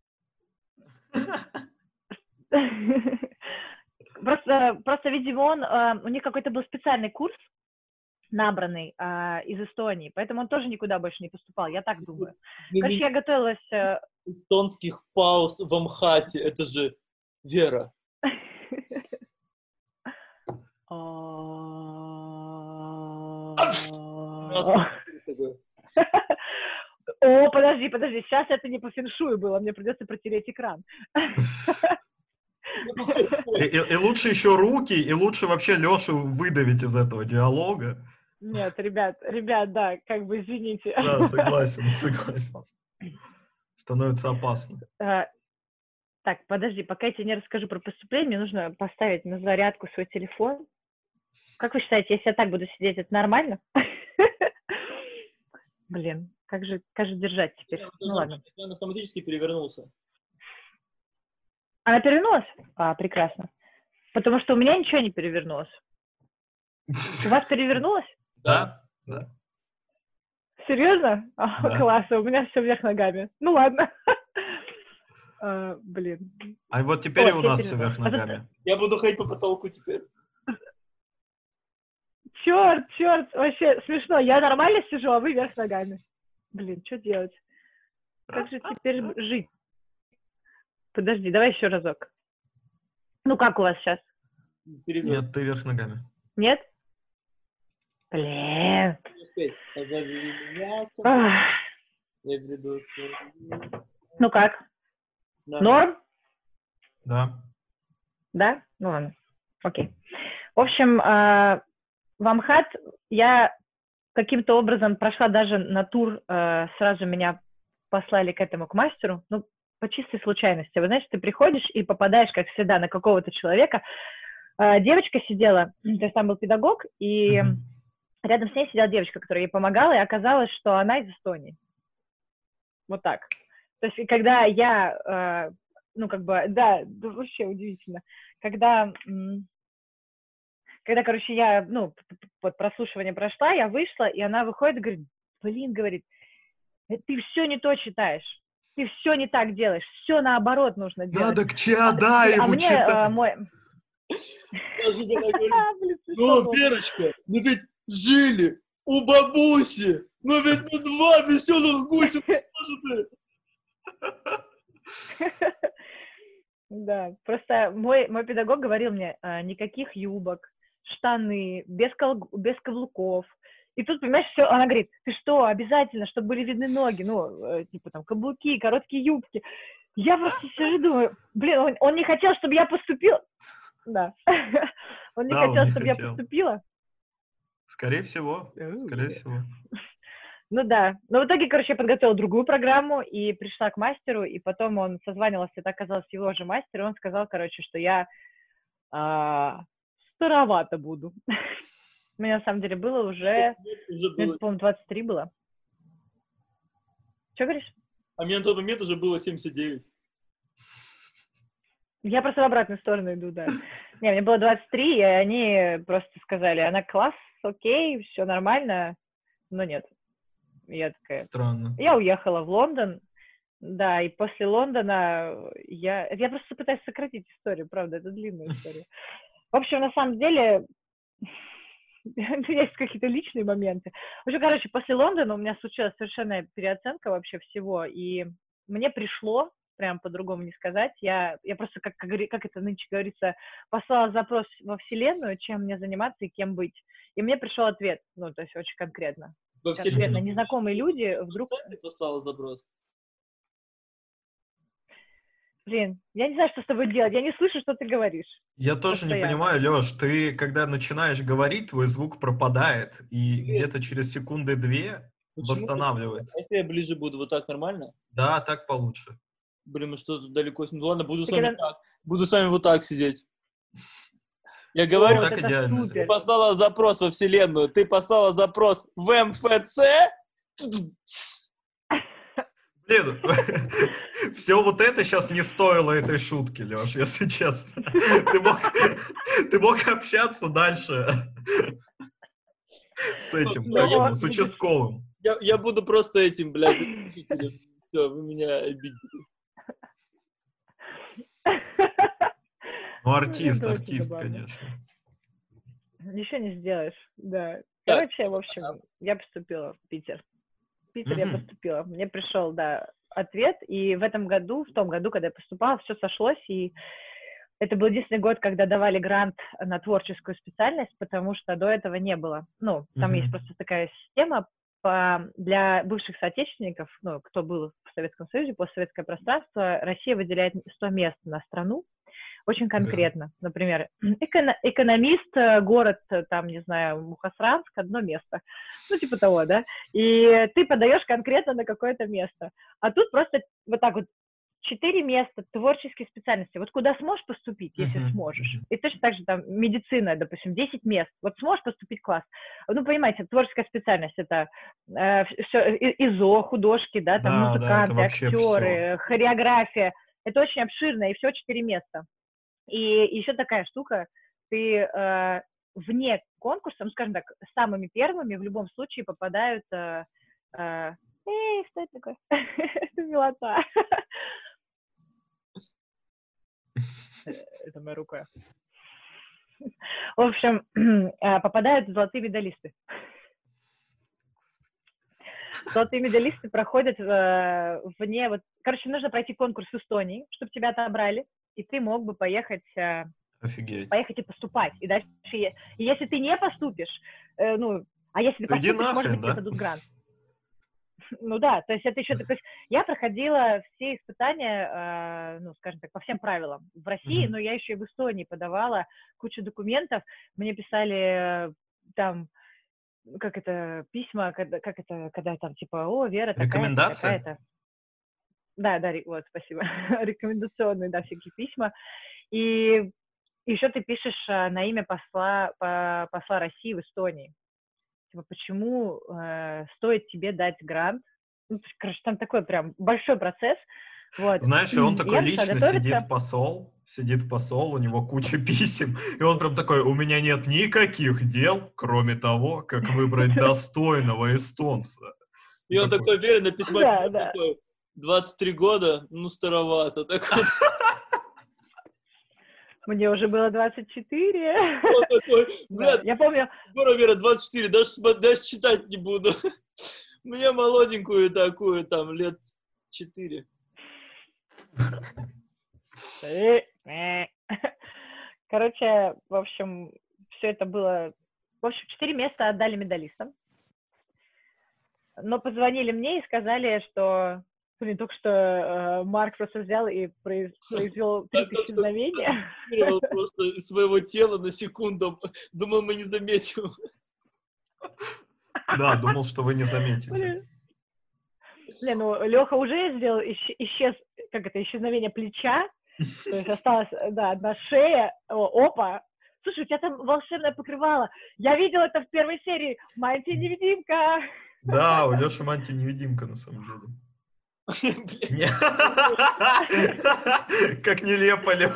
Speaker 3: Просто, видимо, у них какой-то был специальный курс, набранный из Эстонии, поэтому он тоже никуда больше не поступал, я так думаю. Короче, я готовилась...
Speaker 1: Эстонских пауз в МХАТе, это же Вера.
Speaker 3: О, подожди, сейчас это не по феншую было, мне придется протереть экран.
Speaker 2: И лучше еще руки, и лучше вообще Лешу выдавить из этого диалога.
Speaker 3: Нет, ребят, да, как бы извините.
Speaker 2: Да, согласен. Становится опасно.
Speaker 3: Так, подожди, пока я тебе не расскажу про поступление, мне нужно поставить на зарядку свой телефон. Как вы считаете, если я так буду сидеть, это нормально? Блин, как же держать теперь? Ну ладно.
Speaker 1: Он автоматически перевернулся.
Speaker 3: Она перевернулась? Прекрасно. Потому что у меня ничего не перевернулось. У вас перевернулось?
Speaker 2: Да.
Speaker 3: Серьезно?
Speaker 2: Да.
Speaker 3: Класс, у меня все вверх ногами. Ну ладно. Блин.
Speaker 2: А вот теперь и у нас все вверх ногами.
Speaker 1: Я буду ходить по потолку теперь.
Speaker 3: Черт, вообще смешно. Я нормально сижу, а вы вверх ногами. Блин, что делать? Как же теперь жить? Подожди, давай еще разок. Ну, как у вас сейчас?
Speaker 2: Нет, ты вверх ногами.
Speaker 3: Нет? Блин.
Speaker 1: Позови меня. Я приду.
Speaker 3: Ну как?
Speaker 1: Да.
Speaker 3: Норм?
Speaker 2: Да.
Speaker 3: Да? Ну ладно. Окей. В общем, в МХАТ я каким-то образом прошла даже на тур, сразу меня послали к мастеру, ну, по чистой случайности. Вы знаете, ты приходишь и попадаешь, как всегда, на какого-то человека. Девочка сидела, то есть там был педагог, и рядом с ней сидела девочка, которая ей помогала, и оказалось, что она из Эстонии. Вот так. То есть, когда я, да, вообще удивительно. Когда, короче, я, под прослушивание прошла, я вышла, и она выходит и говорит, блин, говорит, ты все не то читаешь, ты все не так делаешь, все наоборот нужно делать.
Speaker 2: Надо к Чаадаеву читать.
Speaker 1: Ну, Верочка, ну ведь жили у бабуси, ну ведь два веселых гуся,
Speaker 3: Да, просто мой педагог говорил мне, никаких юбок, штаны, без каблуков. И тут, понимаешь, все, она говорит, ты что, обязательно, чтобы были видны ноги, типа там каблуки, короткие юбки. Я просто сижу и думаю, блин, он не хотел, чтобы я поступила. Да. Он не хотел, чтобы я поступила.
Speaker 2: Скорее всего.
Speaker 3: Ну да. Но в итоге, короче, я подготовила другую программу и пришла к мастеру, и потом он созванивался, это оказалось его же мастер, и он сказал, короче, что я старовато буду. Мне на самом деле было уже по-моему, 23 было. Что говоришь?
Speaker 1: А мне на тот момент уже было 79.
Speaker 3: Я просто в обратную сторону иду, да. Не, мне было 23, и они просто сказали, она класс, окей, все нормально, но нет. Я такая...
Speaker 2: Странно.
Speaker 3: Я уехала в Лондон, да, и после Лондона я просто пытаюсь сократить историю, правда, это длинная история. В общем, на самом деле, есть какие-то личные моменты. В общем, короче, после Лондона у меня случилась совершенная переоценка вообще всего, и мне пришло, прям по-другому не сказать, я просто, как это нынче говорится, послала запрос во Вселенную, чем мне заниматься и кем быть. И мне пришел ответ, то есть очень конкретно. Конкретно незнакомые люди вдруг...
Speaker 1: Ты послала запрос?
Speaker 3: Блин, я не знаю, что с тобой делать. Я не слышу, что ты говоришь.
Speaker 2: Я тоже не
Speaker 3: Постоянно.
Speaker 2: понимаю, Лёш, ты, когда начинаешь говорить, твой звук пропадает, и
Speaker 1: Блин.
Speaker 2: где-то через секунды-две
Speaker 1: Почему?
Speaker 2: восстанавливается.
Speaker 1: А если я ближе буду, вот так нормально?
Speaker 2: Да, так получше.
Speaker 1: Блин, ну что тут далеко? Ну ладно, буду с
Speaker 3: Ты
Speaker 1: вами
Speaker 3: когда-
Speaker 1: так. Буду с вами вот так сидеть. Я
Speaker 3: О,
Speaker 1: говорю,
Speaker 3: вот
Speaker 2: так
Speaker 3: это
Speaker 2: идеально.
Speaker 1: ты
Speaker 3: супер.
Speaker 1: послала запрос во Вселенную, ты послала запрос в МФЦ.
Speaker 2: Блин, все вот это сейчас не стоило этой шутки, Лёш, если честно. Ты мог общаться дальше с этим,
Speaker 1: Всё,
Speaker 2: как
Speaker 1: я
Speaker 2: его, с участковым.
Speaker 1: Я буду просто этим, блядь, учителем. Все, вы меня обидели.
Speaker 2: Ну,
Speaker 3: Это очень
Speaker 2: артист,
Speaker 3: забавно.
Speaker 2: конечно.
Speaker 3: Ничего не сделаешь, да.
Speaker 1: Так.
Speaker 3: Короче, в общем, я поступила в Питер. В Питер я
Speaker 2: Мгм.
Speaker 3: поступила. Мне пришел, да, ответ, и в том году, когда я поступала, все сошлось, и это был единственный год, когда давали грант на творческую специальность, потому что до этого не было. Ну, там есть
Speaker 2: Мгм.
Speaker 3: просто такая система для бывших соотечественников, ну, кто был в Советском Союзе, постсоветское пространство, Россия выделяет 100 мест на страну, очень конкретно. Например, экономист, город, там, не знаю, Мухосранск, 1 место. Ну, типа того, да? И ты подаешь конкретно на какое-то место. А тут просто вот так вот 4 места творческие специальности. Вот куда сможешь поступить, если
Speaker 2: Мгм.
Speaker 3: сможешь.
Speaker 2: Мгм.
Speaker 3: И точно так же там медицина, допустим, 10 мест. Вот сможешь поступить, класс. Ну, понимаете, творческая специальность — это все ИЗО, художки, да, там
Speaker 2: Да, это
Speaker 3: музыканты,
Speaker 2: вообще все.
Speaker 3: актеры, хореография. Это очень обширно, и все 4 места. И еще такая штука, ты вне конкурса, ну, скажем так, самыми первыми в любом случае попадают... Эй, что это такое? Это милота. Это моя рука. В общем, попадают золотые медалисты. Золотые медалисты проходят вне... Короче, нужно пройти конкурс в Эстонии, чтобы тебя отобрали, и ты мог бы поехать
Speaker 2: Офигеть.
Speaker 3: и поступать. И дальше, и если ты не поступишь, а если ты
Speaker 2: Ну, иди
Speaker 3: поступишь, может
Speaker 2: нахрен,
Speaker 3: быть, тебе
Speaker 2: да?
Speaker 3: дадут грант. Ну да, то есть это еще... То есть я проходила все испытания, скажем так, по всем правилам в России,
Speaker 2: Мгм.
Speaker 3: но я еще и в Эстонии подавала кучу документов. Мне писали там, письма, когда там типа, о, Вера такая-то,
Speaker 2: Рекомендация?
Speaker 3: такая-то. Да, вот, спасибо. Рекомендационные, да, всякие письма. И еще ты пишешь на имя посла России в Эстонии. Типа, почему стоит тебе дать грант? Ну, короче, там такой прям большой процесс. Вот.
Speaker 2: Знаешь, и он
Speaker 3: И
Speaker 2: такой
Speaker 3: я начала
Speaker 2: лично
Speaker 3: готовиться.
Speaker 2: сидит посол, у него куча писем, и он прям такой: у меня нет никаких дел, кроме того, как выбрать достойного эстонца.
Speaker 1: И он такой, Вере на письмо
Speaker 3: Да, да.
Speaker 1: такой, 23 года, ну, старовато. Такой,
Speaker 3: Мне уже было 24.
Speaker 1: он такой,
Speaker 3: Да,
Speaker 1: блядь,
Speaker 3: я помню,
Speaker 1: скоро, Вера, 24, даже читать не буду. Мне молоденькую такую, там, лет 4.
Speaker 3: короче, в общем, все это было... В общем, 4 места отдали медалистам. Но позвонили мне и сказали, что... Блин, только что Марк просто взял и произвел
Speaker 1: А
Speaker 3: трюк
Speaker 1: тот, что
Speaker 3: исчезновения.
Speaker 1: фотографировал просто из своего тела на секунду. Думал, мы не заметим.
Speaker 2: Да, думал, что вы не заметите.
Speaker 3: Блин, ну Леха уже сделал исчезновение плеча, то есть осталась, да, одна шея. Опа! Слушай, у тебя там волшебное покрывало. Я видела это в первой серии. Мантия-невидимка.
Speaker 2: Да, у Леши мантия-невидимка, на самом деле.
Speaker 1: Блядь.
Speaker 2: Как нелепо, Лё.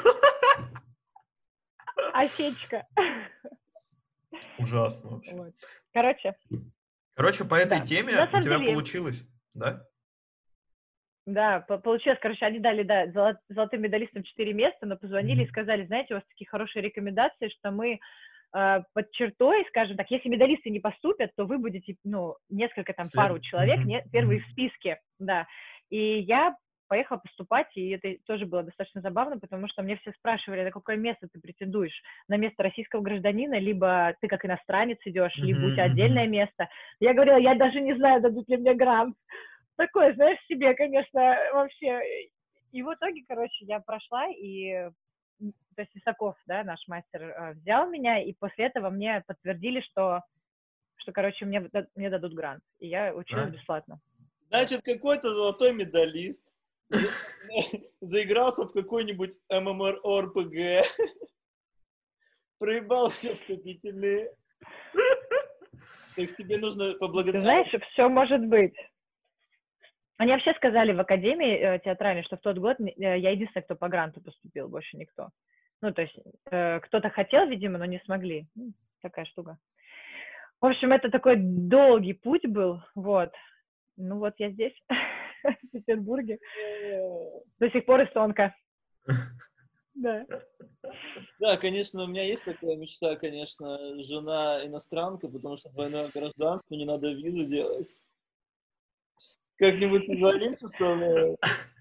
Speaker 3: Осечка.
Speaker 2: Ужасно вообще.
Speaker 3: Вот. Короче,
Speaker 2: По этой
Speaker 3: да.
Speaker 2: теме
Speaker 3: На
Speaker 2: у
Speaker 3: самом
Speaker 2: тебя
Speaker 3: деле,
Speaker 2: получилось, да?
Speaker 3: да, получилось, короче, они дали, да, золотым медалистам 4 места, но позвонили и сказали, знаете, у вас такие хорошие рекомендации, что мы под чертой, скажем так, если медалисты не поступят, то вы будете, несколько там, пару человек, первые в списке, да. И я поехала поступать, и это тоже было достаточно забавно, потому что мне все спрашивали, на какое место ты претендуешь, на место российского гражданина, либо ты как иностранец идешь, либо у тебя отдельное место. Я говорила, я даже не знаю, дадут ли мне грант. Такое, знаешь, себе, конечно, вообще И в итоге, короче, я прошла, и то есть Исаков, да, наш мастер, взял меня, и после этого мне подтвердили, что короче, мне дадут грант, и я училась бесплатно.
Speaker 1: Значит, какой-то золотой медалист заигрался в какой-нибудь MMORPG, проебал все вступительные. То есть тебе нужно поблагодарить.
Speaker 3: Ты знаешь, все может быть. Они вообще сказали в академии театральной, что в тот год я единственная, кто по гранту поступил, больше никто. Ну, то есть кто-то хотел, видимо, но не смогли. Такая штука. В общем, это такой долгий путь был, вот. Ну вот я здесь, в Петербурге. До сих пор эстонка. Да.
Speaker 1: Да, конечно, у меня есть такая мечта, конечно, жена иностранка, потому что двойное гражданство, не надо визу делать. Как-нибудь созвонимся с тобой.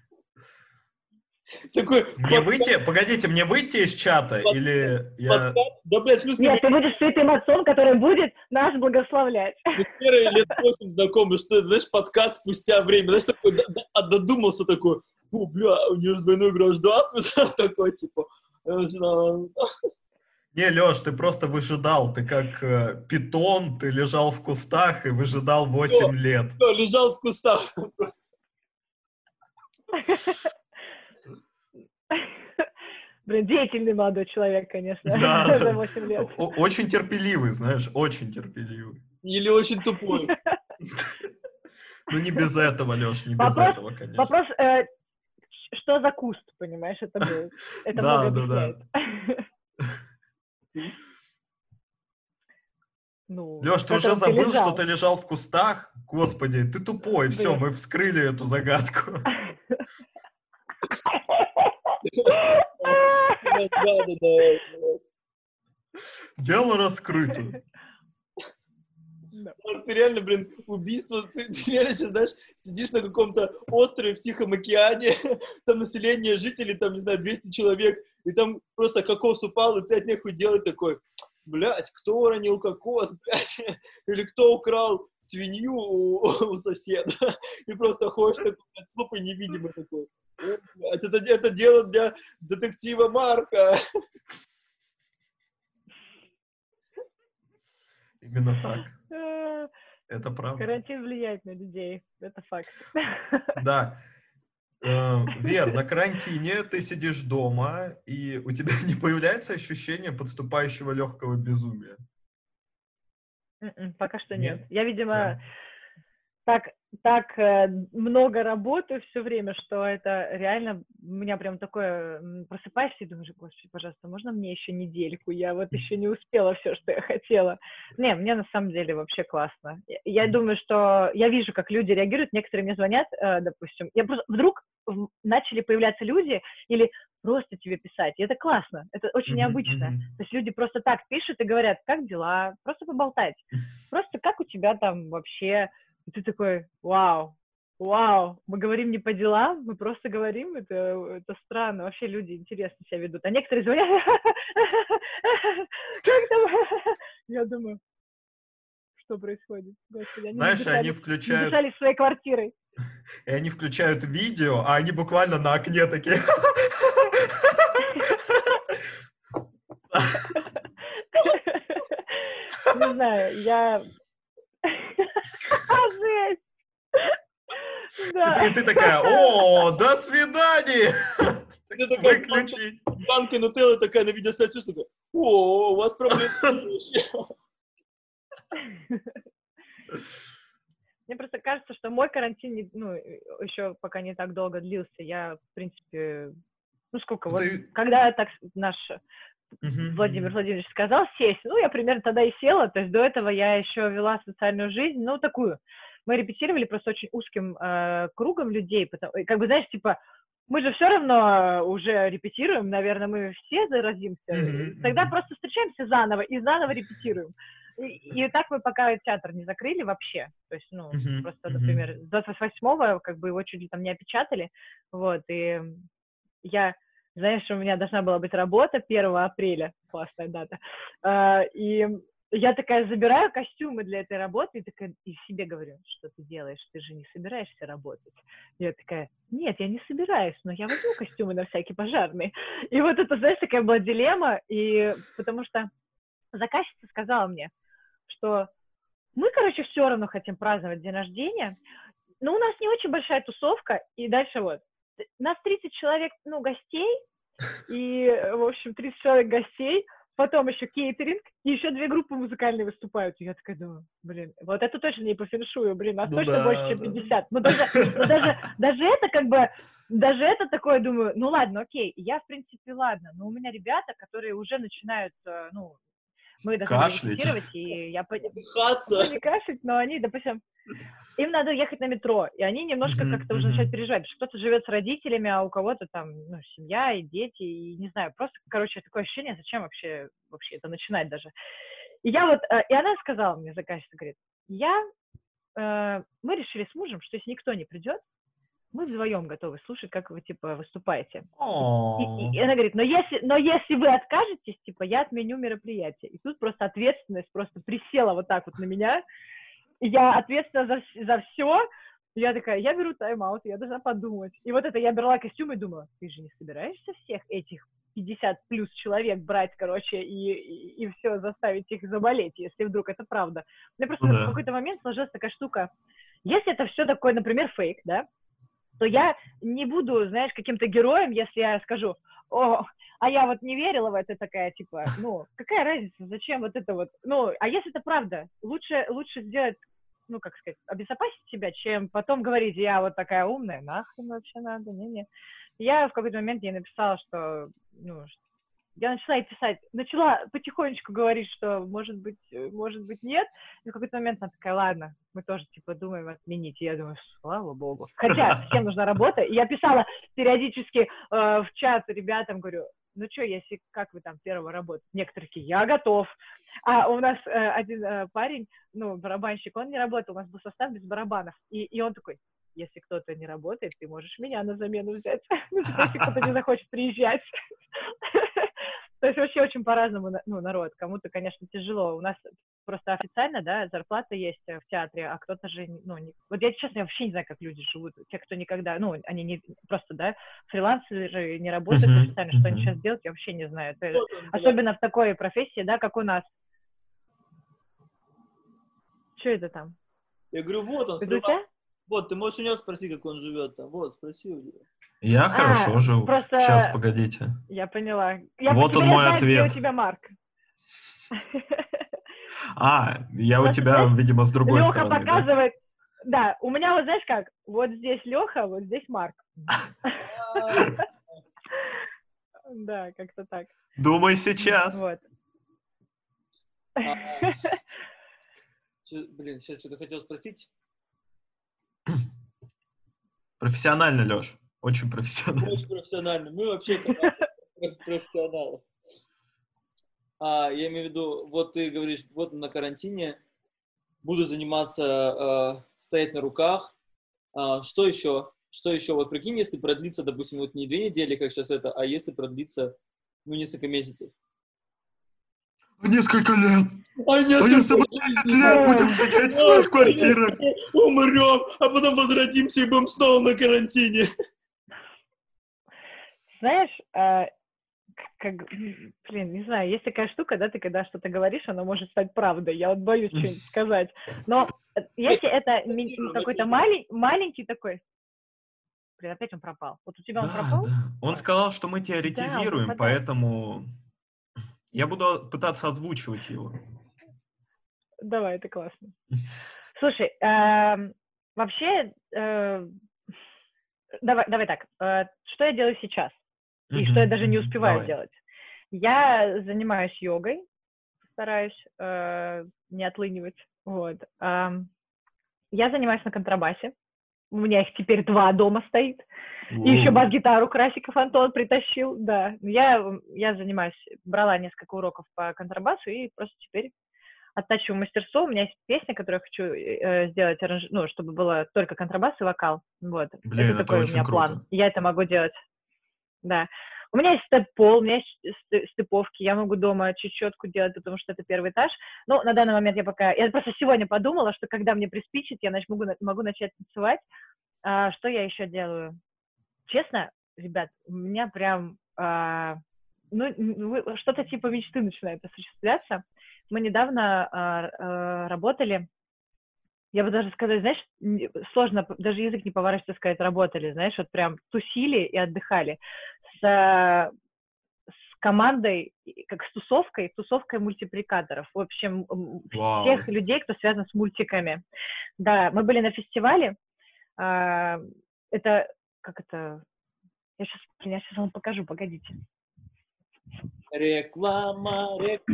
Speaker 1: Такой
Speaker 2: Погодите, мне выйти из чата или я...
Speaker 1: Да, блядь, в смысле...
Speaker 3: Нет, ты будешь святым отцом, который будет нас благословлять.
Speaker 1: Мы с Верой лет 8 знакомы, что это, знаешь, подкат спустя время. Знаешь, такой, додумался такой, бля, у нее же двойное гражданство, такой, типа...
Speaker 2: Не, Лёш, ты просто выжидал, ты как питон, ты лежал в кустах и выжидал 8 лет.
Speaker 1: Лежал в кустах просто.
Speaker 3: Блин, деятельный молодой человек, конечно,
Speaker 2: Да,
Speaker 3: за 8 лет.
Speaker 2: Очень терпеливый, знаешь, очень терпеливый.
Speaker 1: Или очень тупой.
Speaker 2: Ну, не без этого, Лёш, не без этого, конечно.
Speaker 3: Вопрос, что за куст, понимаешь, это был. Это много объясняет. Ну,
Speaker 2: Лёш, ты уже забыл, что ты лежал в кустах? Господи, ты тупой, все, мы вскрыли эту загадку.
Speaker 1: Да.
Speaker 2: Дело раскрыто.
Speaker 1: Ты реально, блин, убийство, ты реально сейчас, знаешь, сидишь на каком-то острове в Тихом океане, там население жителей, там, не знаю, 200 человек, и там просто кокос упал, и ты от нехуй делать такой, блядь, кто уронил кокос, блядь, или кто украл свинью у соседа, и просто ходишь такой, с лупой невидимый такой, блядь, это дело для детектива Марка.
Speaker 2: Именно так. Это правда.
Speaker 3: Карантин влияет на людей, это факт.
Speaker 2: Да. Вер, на карантине ты сидишь дома, и у тебя не появляется ощущение подступающего легкого безумия?
Speaker 3: Пока что нет. Я, видимо, так много работаю все время, что это реально у меня прям такое, просыпаешься и думаешь, господи, пожалуйста, можно мне еще недельку? Я вот еще не успела все, что я хотела. Не, мне на самом деле вообще классно. Я думаю, что я вижу, как люди реагируют, некоторые мне звонят, допустим, вдруг начали появляться люди или просто тебе писать, и это классно, это очень необычно. То есть люди просто так пишут и говорят, как дела, просто поболтать, просто как у тебя там вообще... И ты такой, вау, мы говорим не по делам, мы просто говорим, это странно, вообще люди интересно себя ведут. А некоторые звонят, как там? Я думаю, что происходит? Господи, они
Speaker 2: знаешь, они
Speaker 3: включают... дышали своей квартирой.
Speaker 2: И они включают видео, а они буквально на окне такие...
Speaker 3: Не знаю, я... Жесть!
Speaker 2: Да. И ты такая, о, до свидания!
Speaker 1: Выключить. С банкой нутеллы такая на видеосвязи, такая, о, у вас проблемы.
Speaker 3: Мне просто кажется, что мой карантин, еще пока не так долго длился. Я, в принципе, сколько, вот, когда так наш Владимир Владимирович сказал сесть, я примерно тогда и села, то есть до этого я еще вела социальную жизнь, такую. Мы репетировали просто очень узким кругом людей, как бы, знаешь, типа, мы же все равно уже репетируем, наверное, мы все заразимся, тогда просто встречаемся заново и заново репетируем. И так мы пока театр не закрыли вообще, то есть, просто, например, 28-го, как бы, его чуть ли там не опечатали, вот, и я... Знаешь, у меня должна была быть работа 1 апреля, классная дата, и я такая забираю костюмы для этой работы и такая и себе говорю, что ты делаешь, ты же не собираешься работать. Я такая, нет, я не собираюсь, но я возьму костюмы на всякий пожарный. И вот это, знаешь, такая была дилемма, и потому что заказчица сказала мне, что мы, короче, все равно хотим праздновать день рождения, но у нас не очень большая тусовка, и дальше вот. Нас 30 человек, ну, гостей, и, в общем, 30 человек гостей, потом еще кейтеринг, и еще 2 группы музыкальные выступают. И я такая думаю, блин, вот это точно не по фэншую, блин, нас точно больше, чем 50. Но даже это как бы, даже это такое, думаю, ну ладно, окей, я, в принципе, ладно, но у меня ребята, которые уже начинают, ну, мы должны
Speaker 2: Кашлять.
Speaker 3: репетировать, и я
Speaker 1: Дыхаться.
Speaker 3: не кашлять, но они, допустим, им надо ехать на метро, и они немножко как-то уже начинают переживать, что кто-то живет с родителями, а у кого-то там, ну, семья и дети, и не знаю, просто, короче, такое ощущение, зачем вообще это начинать даже. И я вот, и она сказала мне, заказчица, говорит, мы решили с мужем, что если никто не придет, мы вдвоем готовы слушать, как вы, типа, выступаете. И она говорит, но если вы откажетесь, типа, я отменю мероприятие. И тут просто ответственность просто присела вот так вот на меня. И я ответственна за все. Я такая, я беру тайм-аут, я должна подумать. И вот это я брала костюм и думала, ты же не собираешься всех этих 50 плюс человек брать, короче, и все, заставить их заболеть, если вдруг это правда. У меня просто в какой-то момент сложилась такая штука. Если это все такое, например, фейк, да, то я не буду, знаешь, каким-то героем, если я скажу, а я вот не верила в это, такая, типа, ну, какая разница, зачем вот это вот, ну, а если это правда, лучше сделать, ну, как сказать, обезопасить себя, чем потом говорить, я вот такая умная, нахрен вообще надо, не-не. Я в какой-то момент ей написала, что, ну, я начала потихонечку говорить, что, может быть, нет. И в какой-то момент она такая, ладно, мы тоже, типа, думаем отменить. И я думаю, слава богу. Хотя всем нужна работа. И я писала периодически в чат ребятам, говорю, ну что, если как вы там первого работаете? Некоторые такие, я готов. А у нас один парень, ну, барабанщик, он не работал, у нас был состав без барабанов. И он такой, если кто-то не работает, ты можешь меня на замену взять. Если кто-то не захочет приезжать. То есть вообще очень по-разному, ну, народ. Кому-то, конечно, тяжело. У нас просто официально, да, зарплата есть в театре, а кто-то же, ну, вот я, честно, я вообще не знаю, как люди живут. Те, кто никогда, ну, они не просто, да, фрилансеры не работают официально, что они сейчас делают, я вообще не знаю. Особенно в такой профессии, да, как у нас. Что это там?
Speaker 1: Я говорю, вот он, фрилансер. Вот, ты можешь у него спросить, как он живет там. Вот, спроси у него.
Speaker 2: Я хорошо живу. Просто... Сейчас, погодите.
Speaker 3: Я поняла.
Speaker 2: Вот он мой ответ.
Speaker 3: Где у тебя Марк?
Speaker 2: Я у тебя, видимо, с другой стороны.
Speaker 3: Леха показывает. Да, у меня вот, знаешь как, вот здесь Леха, вот здесь Марк. Да, как-то так.
Speaker 2: Думай сейчас.
Speaker 3: Вот.
Speaker 1: Блин, сейчас что-то хотел спросить.
Speaker 2: Профессионально, Леш. Очень профессионально.
Speaker 1: Очень профессионально. Мы вообще профессионалы. Я имею в виду, вот ты говоришь, вот на карантине буду заниматься, стоять на руках. Что еще? Что еще? Вот прикинь, если продлится, допустим, вот не 2 недели, как сейчас это, а если продлится, ну, несколько месяцев.
Speaker 2: Несколько лет.
Speaker 1: Несколько
Speaker 2: лет будем сидеть в своих квартирах.
Speaker 1: Умрем, а потом возвратимся и будем снова на карантине.
Speaker 3: Знаешь, блин, не знаю, есть такая штука, да, ты когда что-то говоришь, она может стать правдой. Я вот боюсь что-нибудь сказать. Но если это какой-то маленький такой... Блин, опять он пропал. Вот у тебя он пропал?
Speaker 2: Да. Он сказал, что мы теоретизируем, поэтому я буду пытаться озвучивать его.
Speaker 3: Давай, это классно. Слушай, вообще, давай так, что я делаю сейчас? И что я даже не успеваю делать. Я занимаюсь йогой, стараюсь не отлынивать. Вот. Я занимаюсь на контрабасе. У меня их теперь 2 дома стоит. И еще бас-гитару Красиков Антон притащил. Да. Я занимаюсь, брала несколько уроков по контрабасу и просто теперь оттачиваю мастерство. У меня есть песня, которую я хочу сделать, ну, чтобы было только контрабас и вокал. Вот.
Speaker 2: Блин,
Speaker 3: это такой у меня
Speaker 2: круто.
Speaker 3: план. Я это могу делать. Да. У меня есть степ-пол, у меня есть степовки, я могу дома чечетку делать, потому что это первый этаж. Но на данный момент я просто сегодня подумала, что когда мне приспичит, я могу начать танцевать. Что я еще делаю? Честно, ребят, у меня прям, что-то типа мечты начинает осуществляться. Мы недавно работали, я бы даже сказать, знаешь, сложно, даже язык не поворачивается сказать, работали, знаешь, вот прям тусили и отдыхали с командой, как с тусовкой мультипликаторов. В общем, всех людей, кто связан с мультиками. Да, мы были на фестивале. Я сейчас вам покажу, погодите.
Speaker 1: Реклама.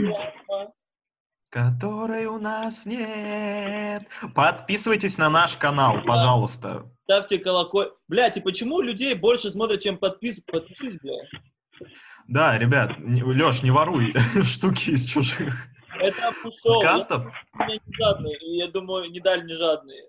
Speaker 2: Которой у нас нет. Подписывайтесь на наш канал, пожалуйста.
Speaker 1: Ставьте колокольчик. Блядь, и почему людей больше смотрят, чем подпишись, блядь?
Speaker 2: Да, ребят, Лёш, не воруй штуки из чужих
Speaker 1: Это пушел.
Speaker 2: подкастов.
Speaker 1: Я не жадный, и я думаю, не дали не жадные.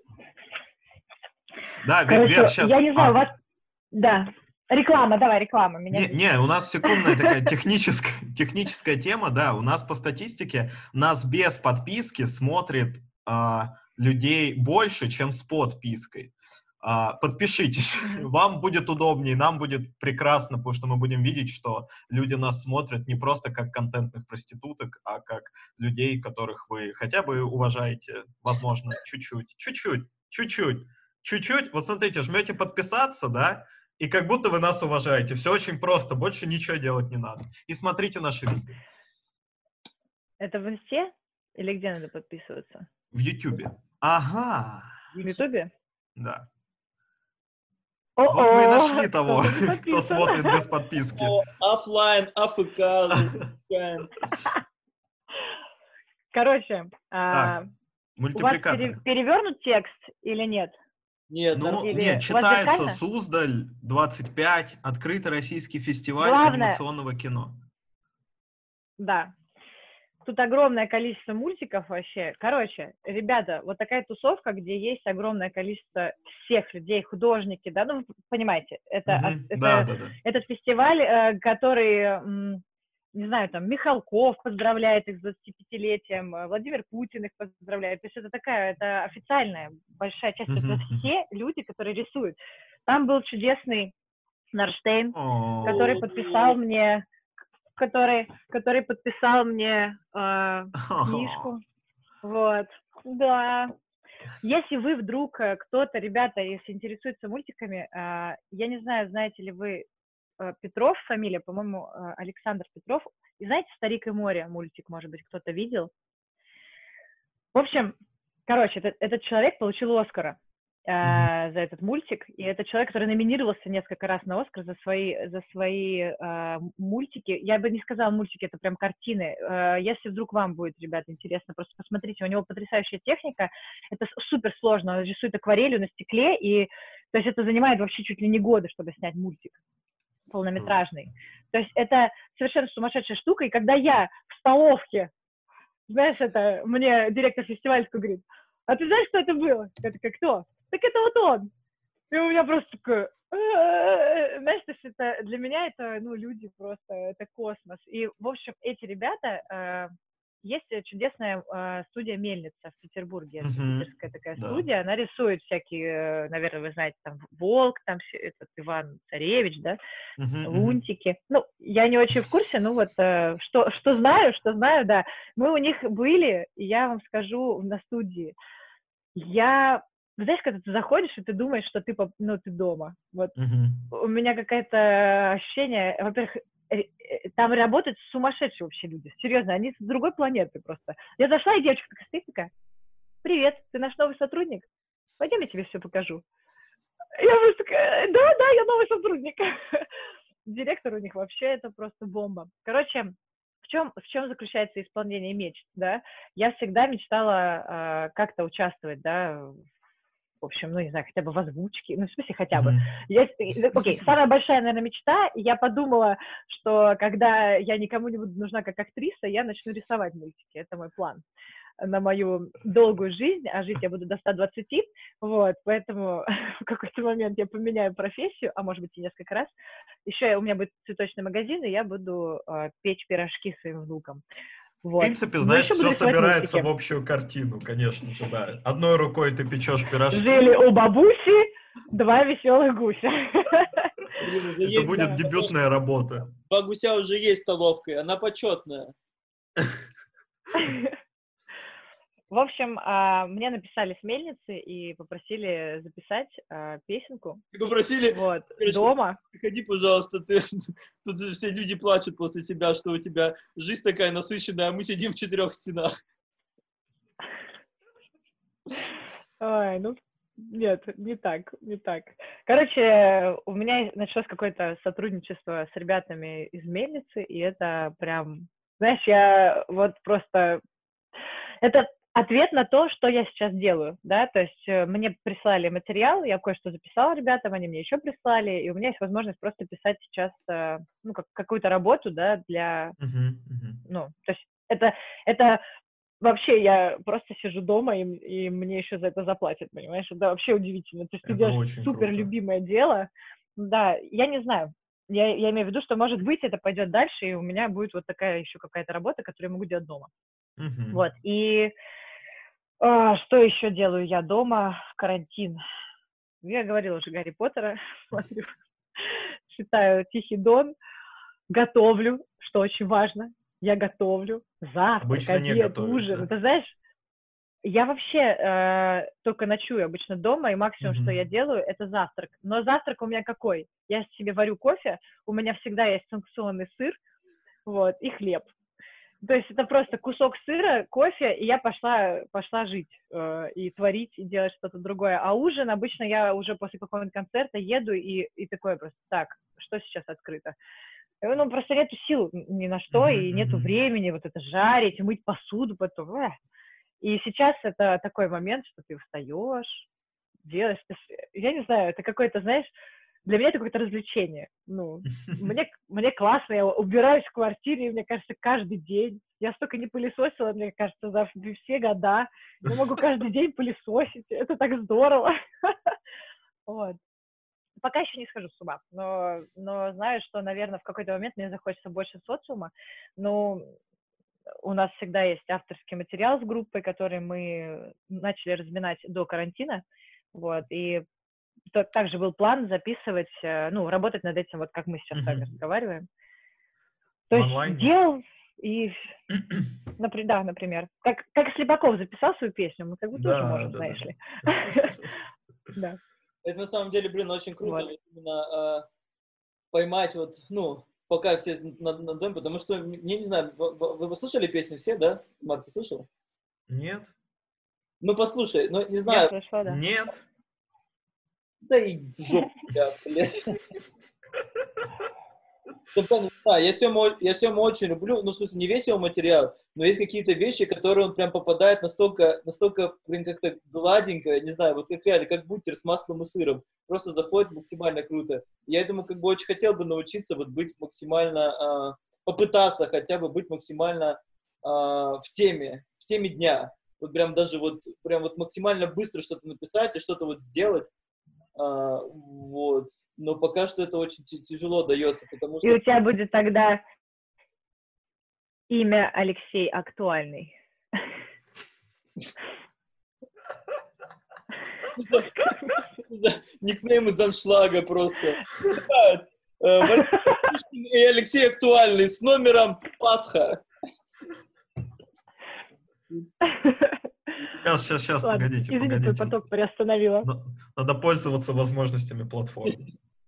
Speaker 2: Да,
Speaker 3: Короче,
Speaker 2: Вер, сейчас...
Speaker 3: я не знаю, у вас... Да. Реклама, давай, реклама.
Speaker 2: Не, у нас секундная такая техническая тема, да, у нас по статистике нас без подписки смотрит людей больше, чем с подпиской. Подпишитесь, вам будет удобнее, нам будет прекрасно, потому что мы будем видеть, что люди нас смотрят не просто как контентных проституток, а как людей, которых вы хотя бы уважаете, возможно, чуть-чуть. Вот смотрите, жмете подписаться, да, и как будто вы нас уважаете. Все очень просто, больше ничего делать не надо. И смотрите наши видео.
Speaker 3: Это в Инсте? Или где надо подписываться?
Speaker 2: В Ютубе. Ага.
Speaker 3: В Ютубе?
Speaker 2: Да.
Speaker 3: О-о,
Speaker 2: вот мы и нашли того,
Speaker 3: кто
Speaker 2: кто смотрит без подписки.
Speaker 1: Оффлайн, АФК.
Speaker 3: Короче,
Speaker 2: мультипликатор.
Speaker 3: у вас перевернут текст или нет?
Speaker 1: Нет,
Speaker 2: нет, читается Суздаль, 25, открытый российский фестиваль анимационного кино.
Speaker 3: Да. Тут огромное количество мультиков вообще. Короче, ребята, вот такая тусовка, где есть огромное количество всех людей, художники, да, ну, вы понимаете, этот фестиваль, который, не знаю, там, Михалков поздравляет их с 25-летием, Владимир Путин их поздравляет. То есть это официальная большая часть. Это все люди, которые рисуют. Там был чудесный Нарштейн, который подписал мне книжку. Вот. Да. Если вы вдруг кто-то, ребята, если интересуется мультиками, я не знаю, знаете ли вы Петров, фамилия, по-моему, Александр Петров. И знаете «Старик и море» мультик, может быть, кто-то видел? В общем, короче, этот человек получил Оскара за этот мультик, и это человек, который номинировался несколько раз на Оскар за свои мультики. Я бы не сказала мультики, это прям картины. Если вдруг вам будет, ребят, интересно, просто посмотрите, у него потрясающая техника, это супер сложно, он рисует акварелью на стекле, и то есть это занимает вообще чуть ли не годы, чтобы снять мультик полнометражный. То есть это совершенно сумасшедшая штука, и когда я в столовке, знаешь, это мне директор фестиваля говорит: а ты знаешь, кто это был? Я такая: кто? Так это вот он. И у меня просто такое, знаешь, то есть это, для меня это, люди просто, это космос. И, в общем, эти ребята, есть чудесная студия «Мельница» в Петербурге, это питерская такая студия, она рисует всякие, наверное, вы знаете, там, «Волк», там, этот Иван Царевич, да, «Лунтики». Ну, я не очень в курсе, что знаю, да. Мы у них были, и я вам скажу, на студии. Знаешь, когда ты заходишь, и ты думаешь, что ты дома. Вот. У меня какое-то ощущение, во-первых, там работают сумасшедшие вообще люди. Серьезно, они с другой планеты просто. Я зашла, и девочка такая: привет, ты наш новый сотрудник? Пойдем, я тебе все покажу. Я просто такая: да, я новый сотрудник. Директор у них вообще это просто бомба. Короче, в чем заключается исполнение мечт, да? Я всегда мечтала как-то участвовать, да, в общем, не знаю, хотя бы в озвучке, в смысле хотя бы. Окей, самая большая, наверное, мечта, я подумала, что когда я никому не буду нужна как актриса, я начну рисовать мультики, это мой план. на мою долгую жизнь, а жить я буду до 120, вот, поэтому в какой-то момент я поменяю профессию, а может быть и несколько раз. Еще у меня будет цветочный магазин, и я буду печь пирожки своим внукам.
Speaker 2: В
Speaker 3: Вот.
Speaker 2: принципе,
Speaker 3: Но
Speaker 2: знаешь,
Speaker 3: еще буду
Speaker 2: все
Speaker 3: рисовать
Speaker 2: собирается в
Speaker 3: мультики.
Speaker 2: общую картину, конечно же, да. Одной рукой ты печешь пирожки.
Speaker 3: Жили у бабуси 2 веселых гуся.
Speaker 1: Блин, уже
Speaker 2: Это
Speaker 1: есть,
Speaker 2: будет дебютная работа.
Speaker 1: 2 гуся уже есть столовкой, она почетная.
Speaker 3: В общем, мне написали с мельницы и попросили записать песенку.
Speaker 1: И попросили,
Speaker 3: Вот,
Speaker 1: короче,
Speaker 3: дома.
Speaker 1: приходи, пожалуйста, тут же все люди плачут после тебя, что у тебя жизнь такая насыщенная, а мы сидим в 4 стенах.
Speaker 3: Ой, ну, нет, не так, не так. Короче, у меня началось какое-то сотрудничество с ребятами из мельницы, и это прям, знаешь, я вот просто... Это ответ на то, что я сейчас делаю, да, то есть мне прислали материал, я кое-что записала ребятам, они мне еще прислали, и у меня есть возможность просто писать сейчас, ну, какую-то работу, да, для, ну, то есть это вообще я просто сижу дома, и мне еще за это заплатят, понимаешь, это вообще удивительно, то есть ты
Speaker 2: Это
Speaker 3: делаешь
Speaker 2: очень
Speaker 3: супер
Speaker 2: круто.
Speaker 3: любимое дело, да, я не знаю, я имею в виду, что, может быть, это пойдет дальше, и у меня будет вот такая еще какая-то работа, которую я могу делать дома. Вот, и что еще делаю я дома в карантин? Я говорила уже Гарри Поттера, смотрю, читаю Тихий Дон, готовлю, что очень важно, я готовлю завтрак,
Speaker 2: Обычно не
Speaker 3: обед,
Speaker 2: готовишь,
Speaker 3: ужин.
Speaker 2: да?
Speaker 3: Это, знаешь, я вообще только ночую обычно дома, и максимум, что я делаю, это завтрак. Но завтрак у меня какой? Я себе варю кофе, у меня всегда есть санкционный сыр, вот, и хлеб. То есть это просто кусок сыра, кофе, и я пошла жить и творить, и делать что-то другое. А ужин обычно я уже после какого-нибудь концерта еду и такое просто, так, что сейчас открыто? Ну, просто нету сил ни на что, и нету времени вот это жарить, мыть посуду потом. И сейчас это такой момент, что ты встаешь, делаешь, я не знаю, это какое-то, знаешь, для меня это какое-то развлечение. Ну, мне классно, я убираюсь в квартире, мне кажется, каждый день. Я столько не пылесосила, мне кажется, за все года. Я могу каждый день пылесосить, это так здорово. Вот. Пока еще не схожу с ума, но знаю, что, наверное, в какой-то момент мне захочется больше социума. Ну, у нас всегда есть авторский материал с группой, который мы начали разминать до карантина. Вот, и также был план записывать, ну, работать над этим, вот как мы сейчас с вами разговариваем. То есть делал и, да, например, как Слепаков записал свою песню, мы как бы тоже можем, знаешь ли. Да.
Speaker 1: Это на самом деле, блин, очень круто вот именно поймать вот, ну, пока все на доме, потому что, я не знаю, вы слышали песню все, да? Марк, ты слышал?
Speaker 2: Нет.
Speaker 1: Ну, послушай, ну, не знаю.
Speaker 3: Я слышала, да.
Speaker 2: Нет.
Speaker 1: Да и в жопу, блядь. Я Сему очень люблю, ну, в смысле, не весь его материал, но есть какие-то вещи, которые он прям попадает настолько, блин, как-то гладенько, не знаю, вот как реально, как бутер с маслом и сыром, просто заходит максимально круто. Я этому как бы очень хотел бы научиться вот быть максимально, попытаться хотя бы быть максимально в теме дня. Вот прям даже вот, прям вот максимально быстро что-то написать и что-то вот сделать. Вот. Но пока что это очень тяжело дается, потому что...
Speaker 3: И у тебя будет тогда имя Алексей Актуальный.
Speaker 1: Никнейм из аншлага просто. И Алексей Актуальный с номером Пасха.
Speaker 2: Сейчас,
Speaker 3: Ладно,
Speaker 2: погодите.
Speaker 3: извини, твой поток приостановила.
Speaker 2: Надо пользоваться возможностями платформы.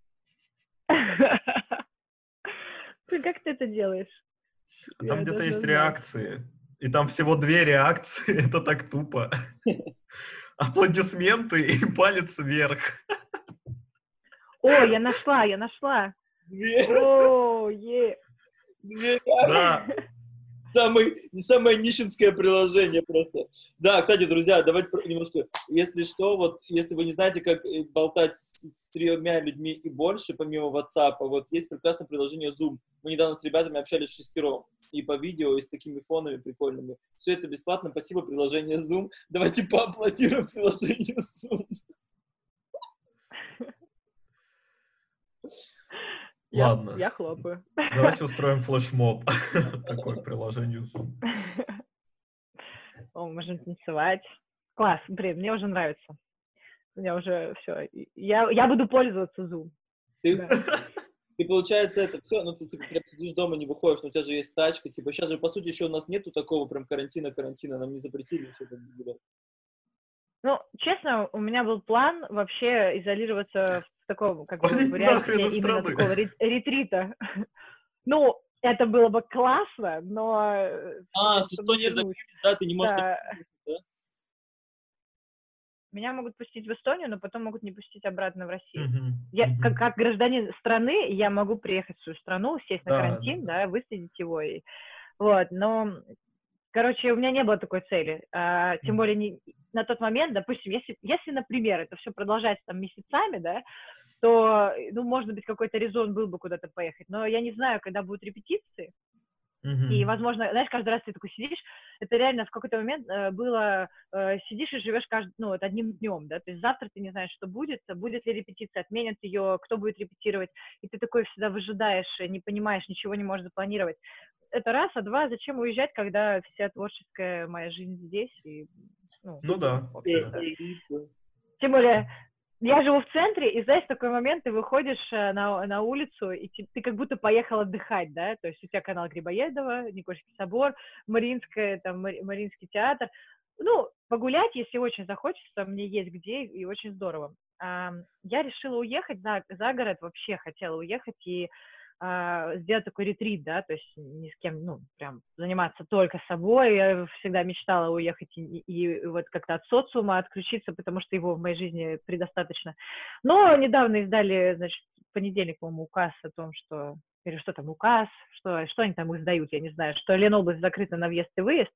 Speaker 3: Как ты это делаешь?
Speaker 2: Там где-то есть реакции. И там всего 2 реакции. Это так тупо. Аплодисменты и палец вверх.
Speaker 3: О, я нашла. О,
Speaker 1: Да. Самое нищенское приложение просто. Да, кстати, друзья, давайте немножко, если что, вот, если вы не знаете, как болтать с 3 людьми и больше, помимо WhatsApp, вот есть прекрасное приложение Zoom. Мы недавно с ребятами общались 6 и по видео, и с такими фонами прикольными. Все это бесплатно. Спасибо, приложение Zoom. Давайте поаплодируем приложению Zoom.
Speaker 2: Ладно.
Speaker 3: Я хлопаю.
Speaker 2: Давайте устроим флешмоб. Такое приложение Zoom.
Speaker 3: О, можем танцевать. Класс, блин, мне уже нравится. У меня уже все. Я буду пользоваться Zoom.
Speaker 1: Ты, получается, это все, ну, ты прям сидишь дома, не выходишь, но у тебя же есть тачка, типа, сейчас же, по сути, еще у нас нету такого прям карантина, нам не запретили еще так гулять.
Speaker 3: Ну, честно, у меня был план вообще изолироваться в таком, как бы, варианте именно такого ретрита. Ну, это было бы классно, но...
Speaker 1: что не закрылись, да, ты не можешь... Да?
Speaker 3: Меня могут пустить в Эстонию, но потом могут не пустить обратно в Россию. Я, как гражданин страны, я могу приехать в свою страну, сесть на карантин, да, выследить его. Вот, но, короче, у меня не было такой цели. Тем более на тот момент, допустим, если, например, это все продолжается там месяцами, да, то, ну, может быть, какой-то резон был бы куда-то поехать. Но я не знаю, когда будут репетиции. И, возможно, знаешь, каждый раз ты такой сидишь, это реально в какой-то момент было, сидишь и живешь одним днем, да, то есть завтра ты не знаешь, что будет ли репетиция, отменят ее, кто будет репетировать, и ты такой всегда выжидаешь, не понимаешь, ничего не можешь запланировать. Это раз, а два, зачем уезжать, когда вся творческая моя жизнь здесь, и,
Speaker 2: ну да.
Speaker 3: Тем более, я живу в центре, и, знаешь, в такой момент ты выходишь на улицу, и ты как будто поехал отдыхать, да, то есть у тебя канал Грибоедова, Никольский собор, Мариинский театр. Ну, погулять, если очень захочется, мне есть где, и очень здорово. Я решила уехать за город, вообще хотела уехать и сделать такой ретрит, да, то есть ни с кем, ну, прям заниматься только собой. Я всегда мечтала уехать и вот как-то от социума отключиться, потому что его в моей жизни предостаточно. Но недавно издали, значит, в понедельник, по-моему, указ о том, что, или что там, указ, что они там издают, я не знаю, что Ленобласть закрыта на въезд и выезд.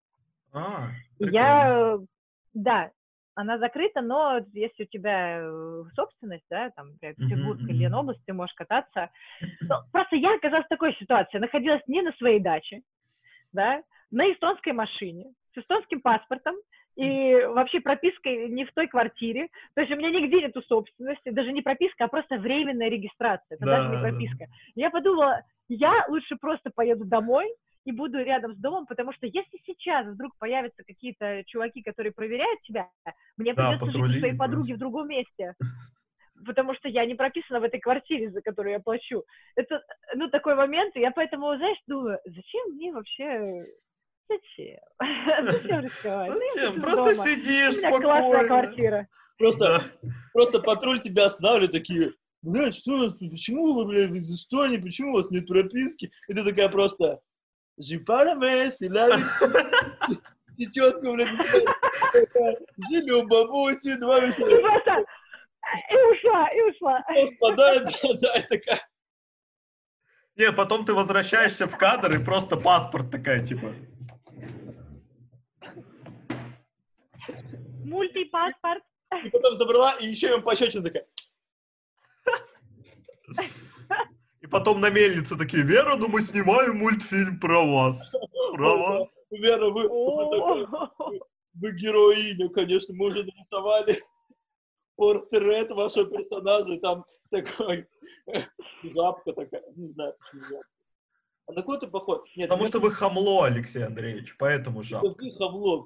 Speaker 3: Да, она закрыта, но если у тебя собственность, да, там, например, Петербург или Ленобласть, ты можешь кататься. Но просто я оказалась в такой ситуации, находилась не на своей даче, да, на эстонской машине, с эстонским паспортом, и вообще пропиской не в той квартире. То есть у меня нигде нету собственности, даже не прописка, а просто временная регистрация. Это даже не прописка. Я подумала, я лучше просто поеду домой и буду рядом с домом, потому что если сейчас вдруг появятся какие-то чуваки, которые проверяют тебя, мне придется жить у своей подруги в другом месте. Потому что я не прописана в этой квартире, за которую я плачу. Это, ну, такой момент, и я поэтому, знаешь, думаю, зачем мне вообще... Зачем рисковать?
Speaker 2: Зачем? Просто сидишь спокойно.
Speaker 3: У меня классная квартира.
Speaker 1: Просто патруль тебя останавливает, такие, блядь, что у нас тут? Почему вы, блядь, из Эстонии? Почему у вас нет прописки? И ты такая просто, жипарамес, и лавит. И четко, блядь, живем бабуси, 2 месяца.
Speaker 3: И ушла.
Speaker 1: Спадает, да, и такая.
Speaker 2: Не, потом ты возвращаешься в кадр, и просто паспорт такая, типа.
Speaker 3: Мультипаспорт.
Speaker 1: И потом забрала, и еще им пощечина такая.
Speaker 2: И потом на мельнице такие, Вера, ну мы снимаем мультфильм про вас. Про вас.
Speaker 1: Вера, вы героиня, конечно, мы уже нарисовали портрет вашего персонажа, там такой жабка такая, не знаю, почему жабка. А на кого ты похож? Нет,
Speaker 2: потому что вы хамло, Алексей Андреевич, поэтому жабка.
Speaker 1: Ты хамло.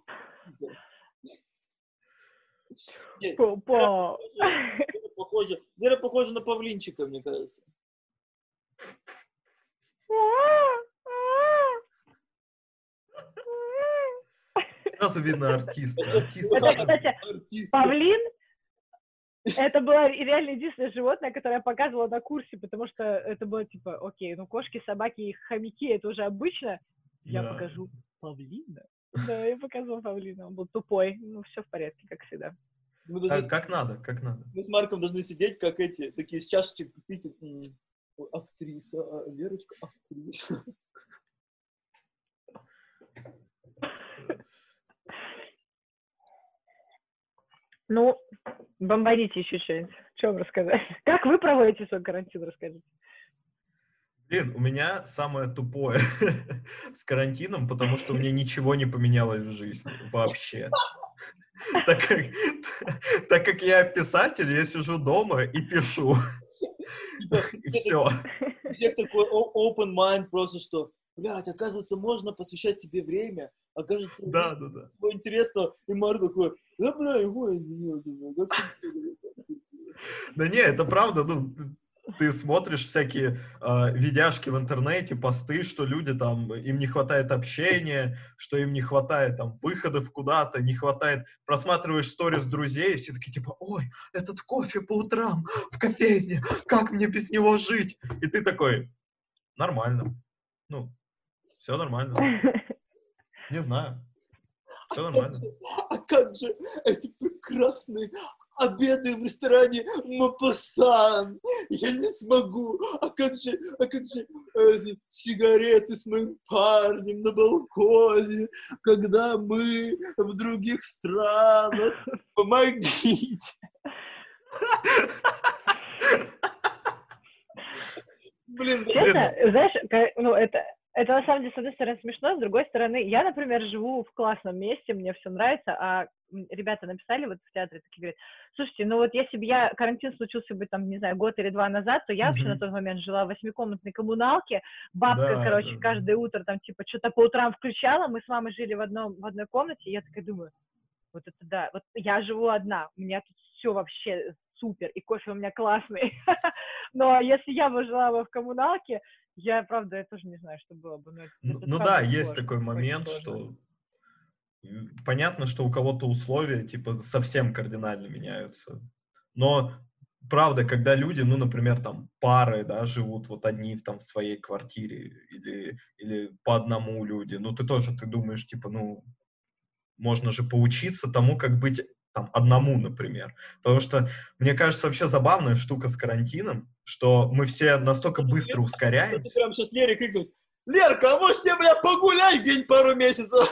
Speaker 1: Вера похожа на павлинчика, мне кажется.
Speaker 2: Сразу видно артиста.
Speaker 3: Кстати, павлин — это было реально единственное животное, которое я показывала на курсе, потому что это было типа, окей, ну кошки, собаки и хомяки — это уже обычно. Я покажу павлина. Да, я показывала павлина, он был тупой. Ну, все в порядке, как всегда.
Speaker 2: Как надо.
Speaker 1: Мы с Марком должны сидеть, как эти, такие с чашечек пить. Актриса, Верочка, актриса.
Speaker 3: Ну, бомбаните еще что-нибудь. Что вам рассказать? Как вы проводите свой карантин, расскажите.
Speaker 2: Блин, у меня самое тупое с карантином, потому что у меня ничего не поменялось в жизни вообще. Так как, так как я писатель, я сижу дома и пишу. И все.
Speaker 1: У всех такой open mind просто, что, блядь, оказывается, можно посвящать себе время, оказывается,
Speaker 2: Да.
Speaker 1: всего интересного. И Марк такой, да, бля,
Speaker 2: Да не, это правда, ну, ты смотришь всякие видяшки в интернете, посты, что люди там, им не хватает общения, что им не хватает там выходов куда-то, не хватает, просматриваешь сторис друзей, и все такие типа, ой, этот кофе по утрам в кофейне, как мне без него жить? И ты такой, нормально, ну, все нормально, не знаю, все нормально.
Speaker 1: А как же эти прекрасные обеды в ресторане Мопассан? Я не смогу. А как же сигареты с моим парнем на балконе, когда мы в других странах? Помогите. Блин,
Speaker 3: честно, знаешь, ну, это на самом деле, с одной стороны, смешно, с другой стороны, я, например, живу в классном месте, мне все нравится, а ребята написали вот в театре, такие говорят, слушайте, ну вот если бы карантин случился бы там, не знаю, год или два назад, то я вообще на тот момент жила в 8-комнатной коммуналке, бабка, короче, каждое утро там типа что-то по утрам включала, мы с мамой жили в одной комнате, и я такая думаю, вот это да, вот я живу одна, у меня тут все вообще супер, и кофе у меня классный, но если я бы жила бы в коммуналке, я, правда, я тоже не знаю, что было бы.
Speaker 2: Ну да, есть такой момент, что понятно, что у кого-то условия типа совсем кардинально меняются. Но правда, когда люди, ну, например, там пары, да, живут вот одни там в своей квартире или по одному люди, ну ты думаешь, типа, ну, можно же поучиться тому, как быть там одному, например. Потому что, мне кажется, вообще забавная штука с карантином, что мы все настолько быстро ускоряемся.
Speaker 1: Ты прям сейчас Лере крикнуть, Лерка, а можете, бля, погулять день пару месяцев?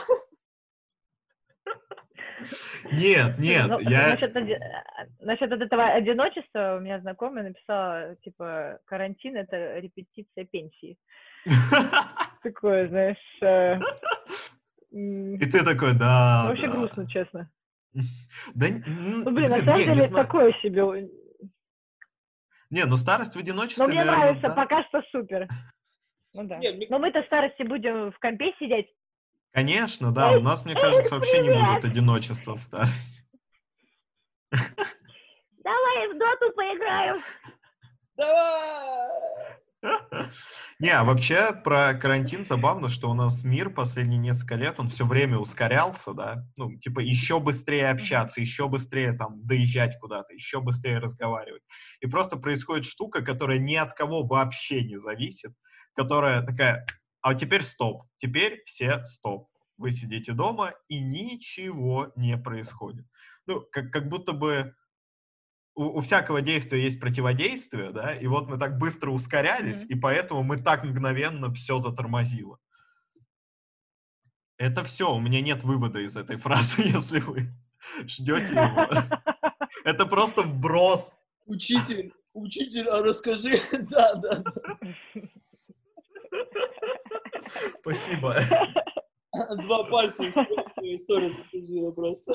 Speaker 2: Нет,
Speaker 3: ну,
Speaker 2: я...
Speaker 3: Насчет этого одиночества у меня знакомая написала, типа, карантин — это репетиция пенсии. Такое, знаешь...
Speaker 2: И ты такой, да,
Speaker 3: вообще грустно, честно.
Speaker 2: Да,
Speaker 3: ну, блин, на самом деле, такое себе...
Speaker 2: Не, ну старость в одиночестве,
Speaker 3: но мне
Speaker 2: наверное,
Speaker 3: нравится,
Speaker 2: да.
Speaker 3: Пока что супер. Ну да. Но мы-то в старости будем в компе сидеть.
Speaker 2: Конечно, да. У нас, мне кажется, вообще не будет одиночества в старости.
Speaker 3: Давай в доту поиграем.
Speaker 1: Давай!
Speaker 2: Не, а вообще про карантин забавно, что у нас мир последние несколько лет, он все время ускорялся, да, ну, типа, еще быстрее общаться, еще быстрее там доезжать куда-то, еще быстрее разговаривать. И просто происходит штука, которая ни от кого вообще не зависит, которая такая, а теперь стоп, теперь все стоп. Вы сидите дома, и ничего не происходит. Ну, как будто бы у всякого действия есть противодействие, да, и вот мы так быстро ускорялись, и поэтому мы так мгновенно все затормозило. Это все, у меня нет вывода из этой фразы, если вы ждете его. Это просто вброс.
Speaker 1: Учитель, а расскажи. Да.
Speaker 2: Спасибо.
Speaker 1: 2 пальца из истории заслужила просто.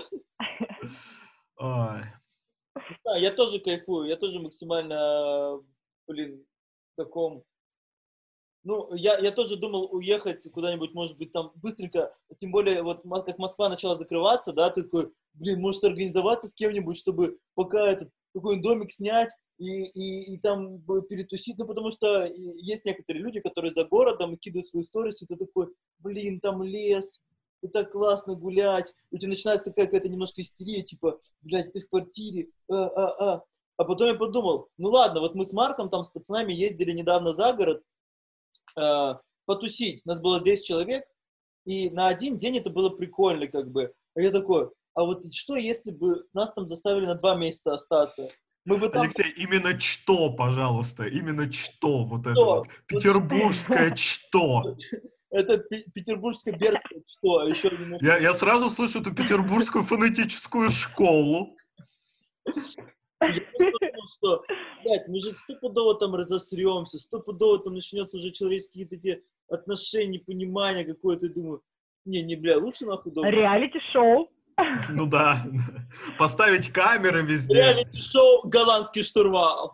Speaker 2: Ой.
Speaker 1: Да, я тоже кайфую, я тоже максимально, блин, в таком... Ну, я тоже думал уехать куда-нибудь, может быть, там быстренько, тем более, вот как Москва начала закрываться, да, ты такой, блин, может организоваться с кем-нибудь, чтобы пока какой-нибудь домик снять и там перетусить, ну, потому что есть некоторые люди, которые за городом кидают свои сторис, и ты такой, блин, там лес, и так классно гулять, и у тебя начинается такая какая-то немножко истерия, типа, блядь, ты в квартире, А потом я подумал, ну ладно, вот мы с Марком там с пацанами ездили недавно за город, потусить. Нас было 10 человек, и на один день это было прикольно, как бы. А я такой, а вот что, если бы нас там заставили на 2 месяца остаться? Мы бы там...
Speaker 2: Алексей, именно что, пожалуйста, именно что, вот это вот, петербургское что.
Speaker 1: Это петербургско-берское что? Еще немножко.
Speaker 2: Я сразу слышу эту петербургскую фонетическую школу.
Speaker 1: Я подумал, что, блядь, мы же стопудово там разосремся, стопудово там начнется уже человеческие эти отношения, понимание какое-то, думаю, не, бля, лучше нахуй дома.
Speaker 3: Реалити-шоу.
Speaker 2: Ну да. Поставить камеры везде.
Speaker 1: Реалити-шоу «Голландский штурвал».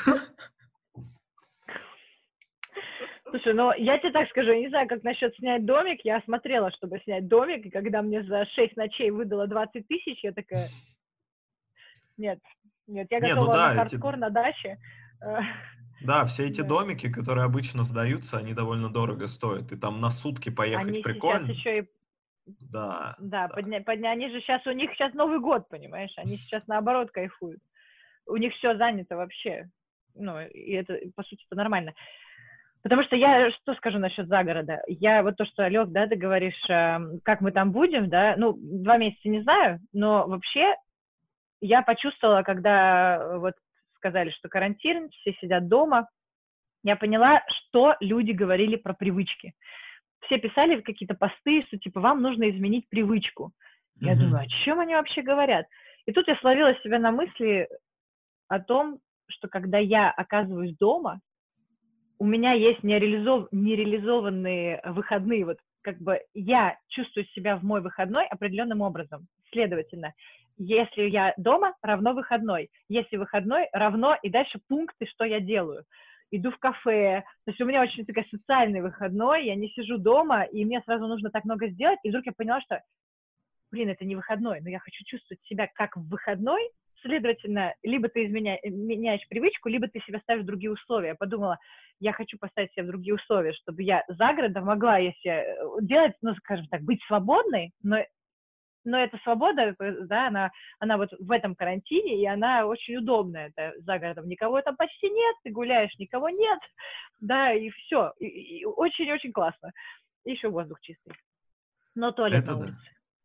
Speaker 3: Слушай, ну я тебе так скажу, я не знаю, как насчет снять домик. Я смотрела, чтобы снять домик, и когда мне за 6 ночей выдало 20 тысяч, я такая, нет, я
Speaker 2: Не, ну
Speaker 3: готова
Speaker 2: да,
Speaker 3: на хардкор на даче.
Speaker 2: Да, все эти
Speaker 3: Да.
Speaker 2: домики, которые обычно сдаются, они довольно дорого стоят. И там на сутки поехать
Speaker 3: Они
Speaker 2: прикольно.
Speaker 3: сейчас еще и,
Speaker 2: Да.
Speaker 3: да, они же сейчас, у них сейчас Новый год, понимаешь, они сейчас наоборот кайфуют. У них все занято вообще. Ну, и это, по сути, это нормально. Потому что я что скажу насчет загорода? Я вот то, что, Лёг, да, ты говоришь, как мы там будем, да, ну, 2 месяца не знаю, но вообще я почувствовала, когда вот сказали, что карантин, все сидят дома, я поняла, что люди говорили про привычки. Все писали какие-то посты, что типа вам нужно изменить привычку. Я думаю, о чем они вообще говорят? И тут я словила себя на мысли о том, что когда я оказываюсь дома, у меня есть нереализованные выходные. Вот как бы я чувствую себя в мой выходной определенным образом. Следовательно, если я дома, равно выходной. Если выходной, равно и дальше пункты, что я делаю. Иду в кафе. То есть у меня очень такой социальный выходной, я не сижу дома, и мне сразу нужно так много сделать. И вдруг я поняла, что, блин, это не выходной, но я хочу чувствовать себя как в выходной. Следовательно, либо ты меняешь привычку, либо ты себя ставишь в другие условия. Я подумала, я хочу поставить себя в другие условия, чтобы я за городом могла, если делать, ну, скажем так, быть свободной, но эта свобода, да, она вот в этом карантине, и она очень удобная, это за городом. Никого там почти нет, ты гуляешь, никого нет, да, и все. И очень-очень классно. И еще воздух чистый. Но туалет
Speaker 2: Это
Speaker 3: на
Speaker 2: да.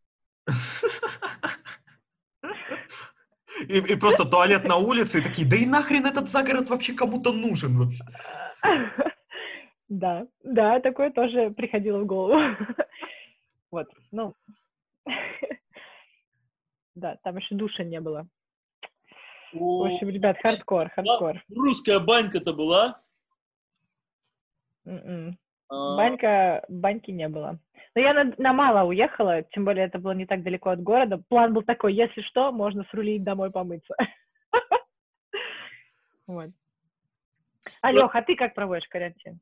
Speaker 3: улице.
Speaker 2: И просто туалет на улице, и такие, да и нахрен этот загород вообще кому-то нужен вообще?
Speaker 3: Да, такое тоже приходило в голову. Вот, ну, да, там еще душа не было. В общем, ребят, хардкор.
Speaker 1: Русская банька-то была?
Speaker 3: Баньки не было. Но я на мало уехала, тем более это было не так далеко от города. План был такой, если что, можно срулить домой помыться. Вот. Лёх, а ты как проводишь карантин?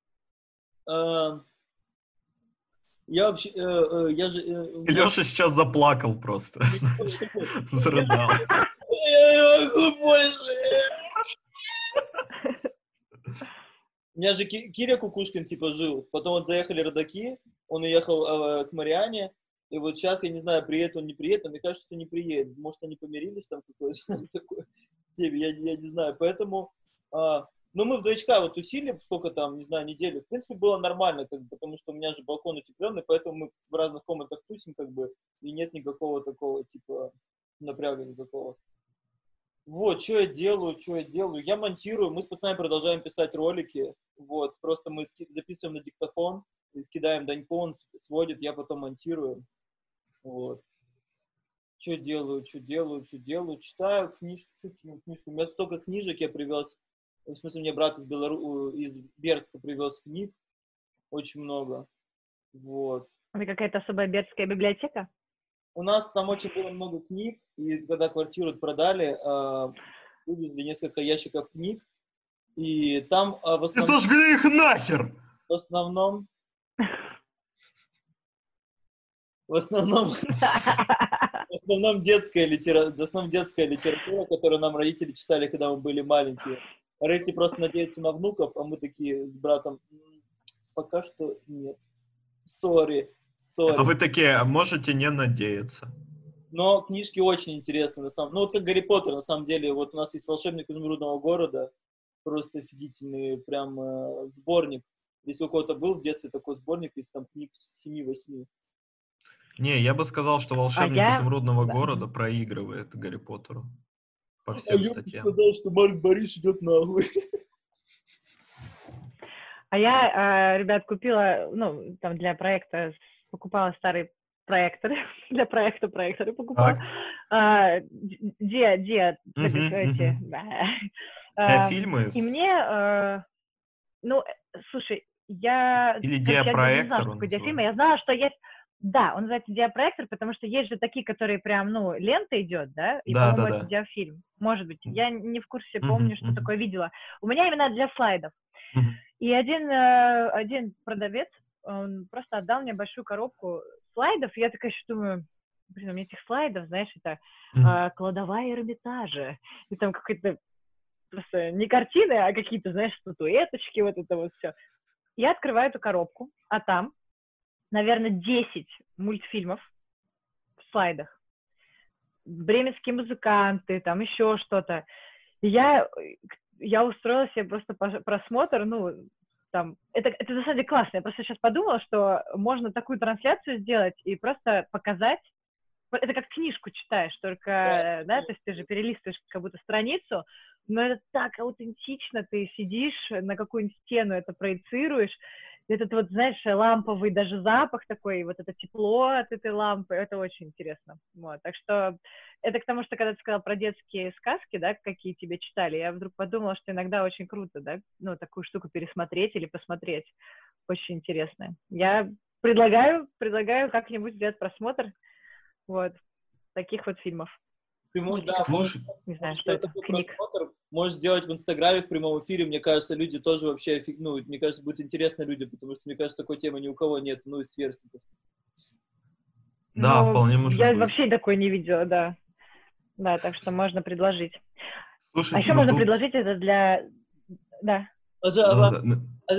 Speaker 1: Я вообще, я же...
Speaker 2: Леша сейчас заплакал просто. Зарыдал.
Speaker 1: Я не могу больше. У меня же Киря Кукушкин типа жил, потом вот заехали родаки, он уехал к Мариане, и вот сейчас, я не знаю, приедет он, не приедет, но мне кажется, что не приедет. Может, они помирились там какой-то такой теме, я не знаю. Поэтому, ну, мы вдвоечка вот тусили, сколько там, не знаю, неделю. В принципе, было нормально, как бы, потому что у меня же балкон утепленный, поэтому мы в разных комнатах тусим, как бы, и нет никакого такого, типа, напряга никакого. Вот, что я делаю? Я монтирую, мы с пацанами продолжаем писать ролики, вот, просто мы записываем на диктофон, кидаем Даньку, он сводит, я потом монтирую, вот. Что делаю? Читаю книжку, у меня столько книжек я привез, в смысле, мне брат из Бердска привез книг, очень много, вот.
Speaker 3: Это какая-то особая бердская библиотека?
Speaker 1: У нас там очень было много книг, и когда квартиру продали, вывезли несколько ящиков книг, и там в основном...
Speaker 2: И сожгли их нахер!
Speaker 1: В основном детская литература, которую нам родители читали, когда мы были маленькие. Родители просто надеются на внуков, а мы такие с братом, пока что нет. Сори.
Speaker 2: А вы такие, можете не надеяться.
Speaker 1: Но книжки очень интересные, на самом деле. Ну, вот как Гарри Поттер, на самом деле. Вот у нас есть «Волшебник изумрудного города». Просто офигительный прям сборник. Если у кого-то был в детстве такой сборник, из там книг 7-8.
Speaker 2: Не, я бы сказал, что «Волшебник изумрудного города» проигрывает Гарри Поттеру. По всем статьям.
Speaker 1: Я бы сказал, что Марк Борис идет нахуй.
Speaker 3: А я, ребят, купила, ну, там для проекта, покупала старый проектор, для проекта проекторы покупала. Эти,
Speaker 2: Фильмы
Speaker 3: и мне, ну, слушай, я,
Speaker 2: или
Speaker 3: короче, я не знала,
Speaker 2: диапроектор
Speaker 3: что
Speaker 2: он
Speaker 3: такое диафильм,
Speaker 2: называется?
Speaker 3: я знала, что есть, да, он называется диапроектор, потому что есть же такие, которые прям, ну, лента идет, да, и,
Speaker 2: Да, да,
Speaker 3: по-моему, это
Speaker 2: да.
Speaker 3: диафильм, может быть, я не в курсе,
Speaker 2: Мгм,
Speaker 3: помню, что
Speaker 2: мгм,
Speaker 3: такое видела. У меня именно для слайдов.
Speaker 2: мгм.
Speaker 3: И один продавец, он просто отдал мне большую коробку слайдов, и я такая еще думаю, блин, у меня этих слайдов, знаешь, это
Speaker 2: Мгм.
Speaker 3: кладовая Эрмитажа, и там какой-то просто не картины, а какие-то, знаешь, статуэточки, вот это вот все. Я открываю эту коробку, а там, наверное, 10 мультфильмов в слайдах. Бременские музыканты, там еще что-то. И я устроила себе просто просмотр, ну, там, это на самом деле классно. Я просто сейчас подумала, что можно такую трансляцию сделать и просто показать. Это как книжку читаешь,
Speaker 1: Да.
Speaker 3: только, да, то есть ты же перелистываешь как будто страницу, но это так аутентично, ты сидишь, на какую-нибудь стену это проецируешь, этот вот, знаешь, ламповый даже запах такой, вот это тепло от этой лампы, это очень интересно. Вот, так что это к тому, что когда ты сказал про детские сказки, да, какие тебе читали, я вдруг подумала, что иногда очень круто, да, ну, такую штуку пересмотреть или посмотреть, очень интересно. Я предлагаю как-нибудь сделать просмотр, вот, таких вот фильмов,
Speaker 1: Да,
Speaker 3: мультиков,
Speaker 2: Слушай,
Speaker 3: не знаю,
Speaker 1: можешь
Speaker 3: что
Speaker 1: сделать
Speaker 3: это,
Speaker 1: такой
Speaker 3: книг.
Speaker 1: просмотр, можешь сделать в Инстаграме в прямом эфире, мне кажется, люди тоже вообще, ну, мне кажется, будет интересно людям, потому что, мне кажется, такой темы ни у кого нет, ну, из сверстников.
Speaker 2: да,
Speaker 3: Ну,
Speaker 2: вполне может
Speaker 3: я
Speaker 2: быть.
Speaker 3: вообще такой не видела, да. Да, так что можно предложить. А
Speaker 2: Слушайте,
Speaker 3: еще
Speaker 2: ну
Speaker 3: можно
Speaker 2: тут...
Speaker 3: предложить это для... Да.
Speaker 2: Ну, да,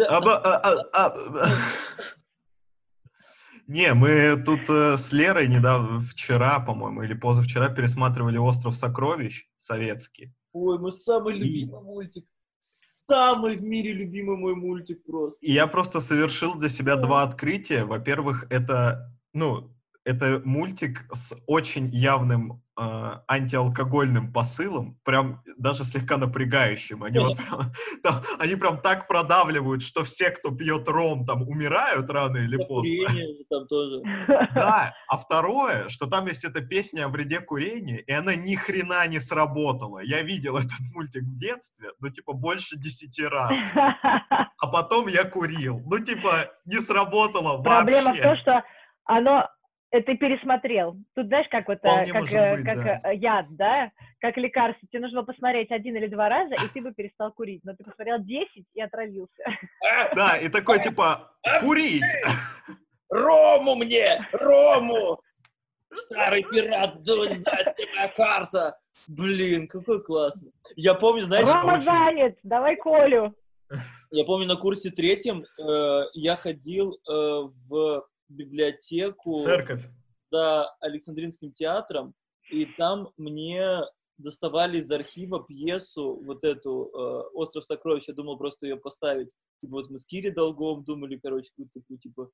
Speaker 2: Не, мы тут с Лерой недавно, вчера, по-моему, или позавчера пересматривали «Остров сокровищ» советский.
Speaker 1: Ой, мой самый
Speaker 2: И,
Speaker 1: любимый мультик. Самый в мире любимый мой мультик просто.
Speaker 2: и я просто совершил для себя два открытия. Во-первых, это, ну, это мультик с очень явным антиалкогольным посылом, прям даже слегка напрягающим. Они вот прям, они прям так продавливают, что все, кто пьет ром, там умирают рано или
Speaker 1: Про
Speaker 2: поздно.
Speaker 1: курение же там тоже.
Speaker 2: Да, а второе, что там есть эта песня о вреде курения, и она ни хрена не сработала. Я видел этот мультик в детстве, ну, типа, больше 10 раз. А потом я курил. Ну, типа, не сработало
Speaker 3: Проблема в том,
Speaker 2: вообще.
Speaker 3: что ты пересмотрел. Тут знаешь, как вот,
Speaker 2: Вполне может быть, да.
Speaker 3: яд, да, как лекарство. Тебе нужно было посмотреть 1 или 2 раза, и ты бы перестал курить. Но ты посмотрел 10 и отравился.
Speaker 2: Да, и такой, типа, курить!
Speaker 1: Рому мне! Рому! Старый пират, знать, где моя карта! Блин, какой классный. Я помню, знаешь,
Speaker 3: Рома занят, давай Колю.
Speaker 1: я помню на курсе 3 я ходил в библиотеку
Speaker 2: Церковь.
Speaker 1: за Александринским театром, и там мне доставали из архива пьесу, вот эту «Остров сокровищ», я думал просто ее поставить. Типа вот мы с Кири Долговым думали, короче, какую-то такую, типа...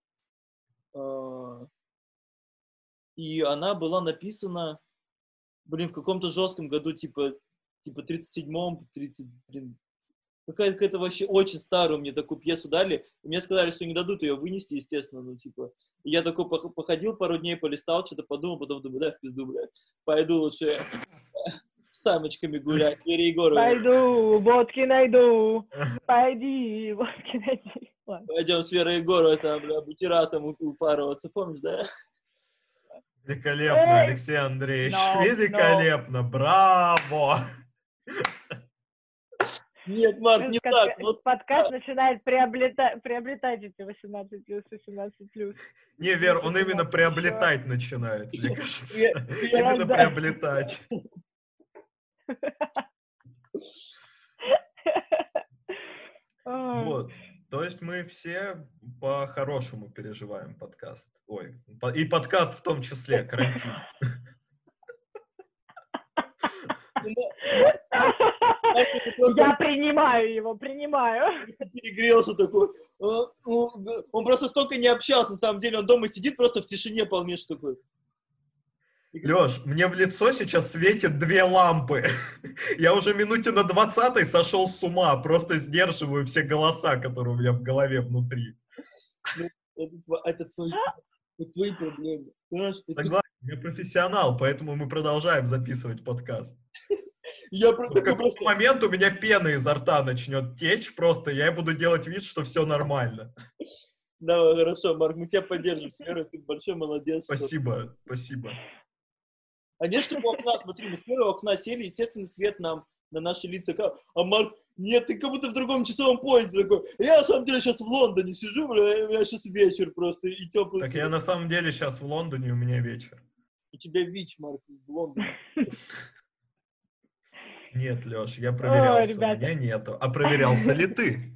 Speaker 1: И она была написана, блин, в каком-то жестком году, типа 37-м, 30, блин, какая-то вообще очень старую мне такую пьесу дали. И мне сказали, что не дадут ее вынести, естественно, ну, типа. И я такой походил пару дней, полистал, что-то подумал, потом думаю, да, в пизду, бля, пойду лучше с самочками гулять. Вере Егоровой.
Speaker 3: Пойду, водки найду, пойди, водки найди. Ладно.
Speaker 1: Пойдем с Верой Егоровой там, бля, бутератом упарываться, помнишь, да?
Speaker 2: Великолепно, Алексей Андреевич.
Speaker 3: No.
Speaker 2: Великолепно. Браво!
Speaker 1: Нет, Марк, не так. Вот
Speaker 3: Подкаст начинает приобретать эти 18+.
Speaker 2: Не, Вер, он именно приобретать начинает, мне кажется. Именно приобретать. Вот. То есть мы все по-хорошему переживаем подкаст. Ой, и подкаст в том числе, карантин.
Speaker 3: Я принимаю его, принимаю.
Speaker 1: Перегрелся такой. Он просто столько не общался, на самом деле. Он дома сидит просто в тишине полнейшей такой.
Speaker 2: Лёш, мне в лицо сейчас светит 2 лампы. Я уже минуте на 20-й сошел с ума, просто сдерживаю все голоса, которые у меня в голове внутри.
Speaker 1: Ну, это твои проблемы. Понимаешь?
Speaker 2: Согласен, я профессионал, поэтому мы продолжаем записывать подкаст.
Speaker 1: Я
Speaker 2: В
Speaker 1: такой
Speaker 2: какой-то
Speaker 1: просто...
Speaker 2: момент у меня пена изо рта начнет течь просто, я буду делать вид, что все нормально.
Speaker 1: Давай, хорошо, Марк, мы тебя поддержим. Вера, ты большой молодец.
Speaker 2: Спасибо, спасибо.
Speaker 1: А нет, чтобы у окна, смотри, мы с первого окна сели, естественно, свет нам на наши лица. А Марк, нет, ты как будто в другом часовом поезде такой. Я, на самом деле, сейчас в Лондоне сижу, бля, у меня сейчас вечер просто, и теплый
Speaker 2: Так
Speaker 1: свет.
Speaker 2: я на самом деле сейчас в Лондоне, у меня вечер.
Speaker 1: У тебя ВИЧ, Марк, в Лондоне.
Speaker 2: Нет, Лёш, я проверялся, у
Speaker 3: ребята.
Speaker 2: меня нету. А проверялся ли ты?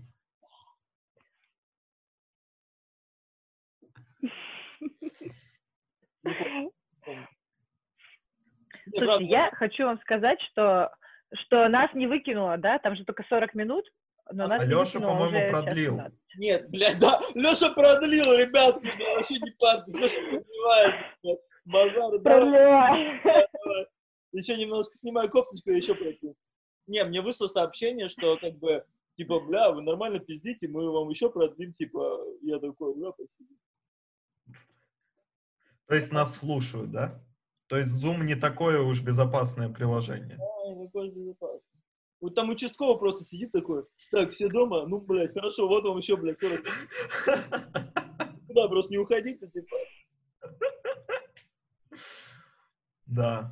Speaker 3: Слушайте, я хочу вам сказать, что нас не выкинуло, да? Там же только 40 минут, но нас не
Speaker 2: Лёша,
Speaker 3: выкинуло
Speaker 2: по-моему,
Speaker 3: уже
Speaker 2: продлил.
Speaker 3: 17.
Speaker 1: Нет, блядь, да, Леша продлил, ребятки, бля, вообще не парьтесь, Леша сомневается, блядь, базар, давай. Еще немножко снимаю кофточку, и еще продлил. Не, мне вышло сообщение, что как бы, типа, бля, вы нормально пиздите, мы вам еще продлим, типа, я такой, бля, спасибо.
Speaker 2: То есть нас слушают, да? То есть Zoom не такое уж безопасное приложение.
Speaker 1: Да, такое безопасно. Вот там участковый просто сидит такой, так, все дома, ну, блядь, хорошо, вот вам еще, блядь, 40 минут. Куда, просто не уходите, типа.
Speaker 2: Да.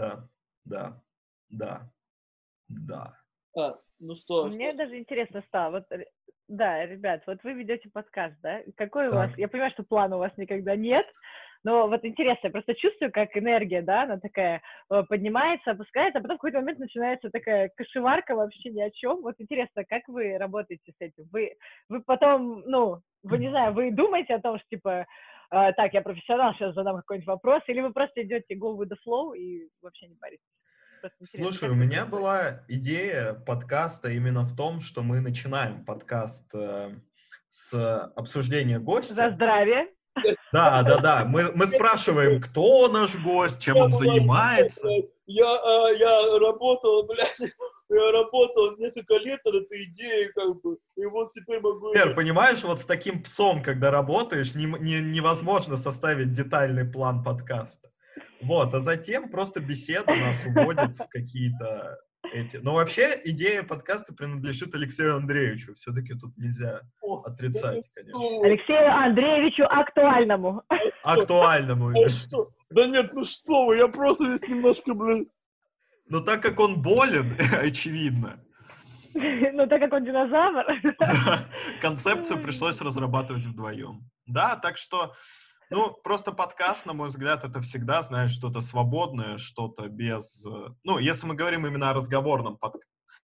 Speaker 1: Ну что?
Speaker 3: Мне даже интересно стало. Вот, да, ребят, вот вы ведете подкаст, да? Какой у вас? Я понимаю, что плана у вас никогда нет, но вот интересно, я просто чувствую, как энергия, да, она такая поднимается, опускается, а потом в какой-то момент начинается такая кошеварка вообще ни о чем. Вот интересно, как вы работаете с этим? Вы потом, ну, вы не знаю, вы думаете о том, что типа, так, я профессионал, сейчас задам какой-нибудь вопрос, или вы просто идете go with the flow и вообще не паритесь?
Speaker 2: Слушай, у меня была идея подкаста именно в том, что мы начинаем подкаст с обсуждения гостя.
Speaker 3: За здравие.
Speaker 2: Да. Мы спрашиваем, кто наш гость, чем он занимается.
Speaker 1: Я работал, блядь, несколько лет над этой идеей, как бы, и вот теперь могу...
Speaker 2: Понимаешь, вот с таким псом, когда работаешь, невозможно составить детальный план подкаста. Вот, а затем просто беседа нас уводит в какие-то эти... Но вообще идея подкаста принадлежит Алексею Андреевичу. Все-таки тут нельзя отрицать, конечно.
Speaker 3: Алексею Андреевичу актуальному.
Speaker 2: Актуальному.
Speaker 1: Что? Да нет, ну что вы, я просто здесь немножко, блин...
Speaker 2: Но так как он болен, очевидно.
Speaker 3: Ну, так как он динозавр.
Speaker 2: Концепцию пришлось разрабатывать вдвоем. Да, так что... Ну, просто подкаст, на мой взгляд, это всегда, знаешь, что-то свободное, что-то без... Ну, если мы говорим именно о разговорном подкасте.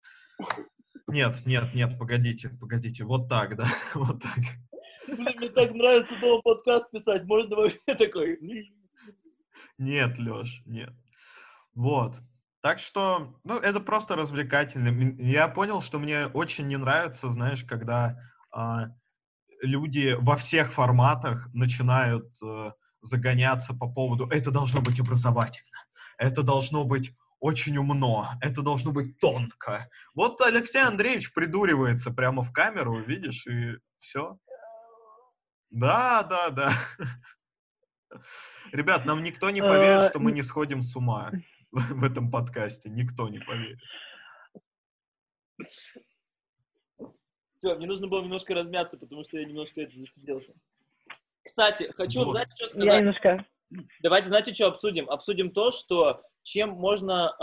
Speaker 2: Нет, погодите. Вот так, да, вот так.
Speaker 1: Блин, мне так нравится дома подкаст писать, можно вообще такой...
Speaker 2: Нет, Лёш, нет. Вот. Так что, ну, это просто развлекательно. Я понял, что мне очень не нравится, знаешь, когда... люди во всех форматах начинают загоняться по поводу «это должно быть образовательно», «это должно быть очень умно», «это должно быть тонко». Вот Алексей Андреевич придуривается прямо в камеру, видишь, и все. Да. Ребят, нам никто не поверит, что мы не сходим с ума в этом подкасте. Никто не поверит.
Speaker 1: Все, мне нужно было немножко размяться, потому что я немножко засиделся. Кстати, хочу, знаете, что сказать?
Speaker 3: Я немножко...
Speaker 1: Давайте, знаете, что обсудим? Обсудим то, что чем можно...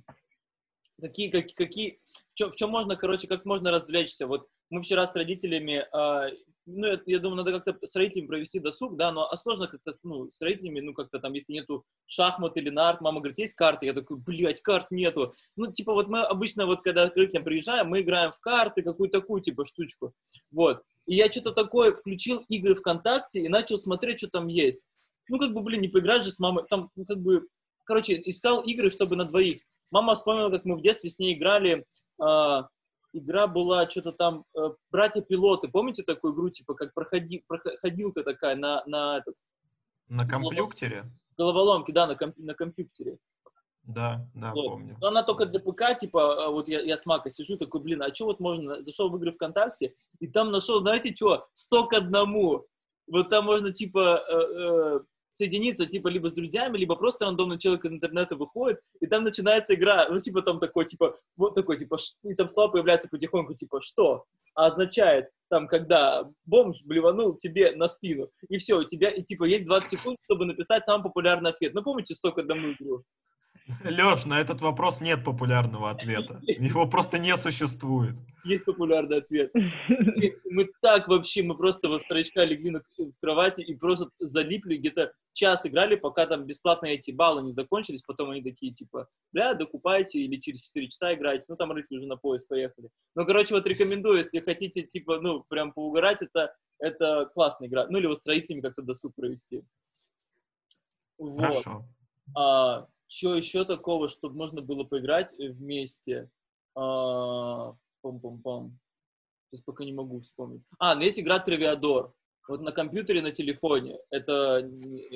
Speaker 1: в чем можно, короче, как можно развлечься. Вот мы вчера с родителями... ну, я думаю, надо как-то с родителями провести досуг, да, но сложно как-то, ну, с родителями, ну, как-то там, если нету шахмат или нарт, мама говорит, есть карты? Я такой, блядь, карт нету. Ну, типа, вот мы обычно, вот, когда к родителям приезжаем, мы играем в карты, какую-то такую, типа, штучку, вот. И я что-то такое включил игры ВКонтакте и начал смотреть, что там есть. Ну, как бы, блин, не поиграть же с мамой, там, ну, как бы, короче, искал игры, чтобы на двоих. Мама вспомнила, как мы в детстве с ней играли, игра была что-то там, братья-пилоты, помните такую игру, типа, как проходилка такая на этот...
Speaker 2: На компьютере?
Speaker 1: Головоломки, да, на компьютере.
Speaker 2: Да,
Speaker 1: Вот.
Speaker 2: помню.
Speaker 1: Но она только для ПК, типа, вот я с Мака сижу, такой, блин, а что вот можно, зашел в игры ВКонтакте, и там нашел, знаете что, 100 к 1. Вот там можно, типа, соединиться, типа, либо с друзьями, либо просто рандомный человек из интернета выходит, и там начинается игра, ну, типа, там такой, типа, вот такой, типа, и там слова появляются потихоньку, типа, что? А означает, там, когда бомж блеванул тебе на спину, и все, у тебя, и, типа, есть 20 секунд, чтобы написать самый популярный ответ. Ну, помните 100 к 1 игру?
Speaker 2: Леш, на этот вопрос нет популярного ответа. Его просто не существует.
Speaker 1: Есть популярный ответ. И мы просто во вторичка легли в кровати и просто залипли, где-то час играли, пока там бесплатные эти баллы не закончились, потом они такие, типа, бля, докупайте, или через 4 часа играйте, ну, там родители уже на поезд поехали. Ну, короче, вот рекомендую, если хотите, типа, ну, прям поугарать, это классная игра. Ну, или вот с родителями как-то досуг провести. Вот.
Speaker 2: Хорошо.
Speaker 1: Что еще такого, чтобы можно было поиграть вместе? Пам-пам-пам. Сейчас пока не могу вспомнить. Ну есть игра Травиадор. Вот на компьютере, на телефоне. Это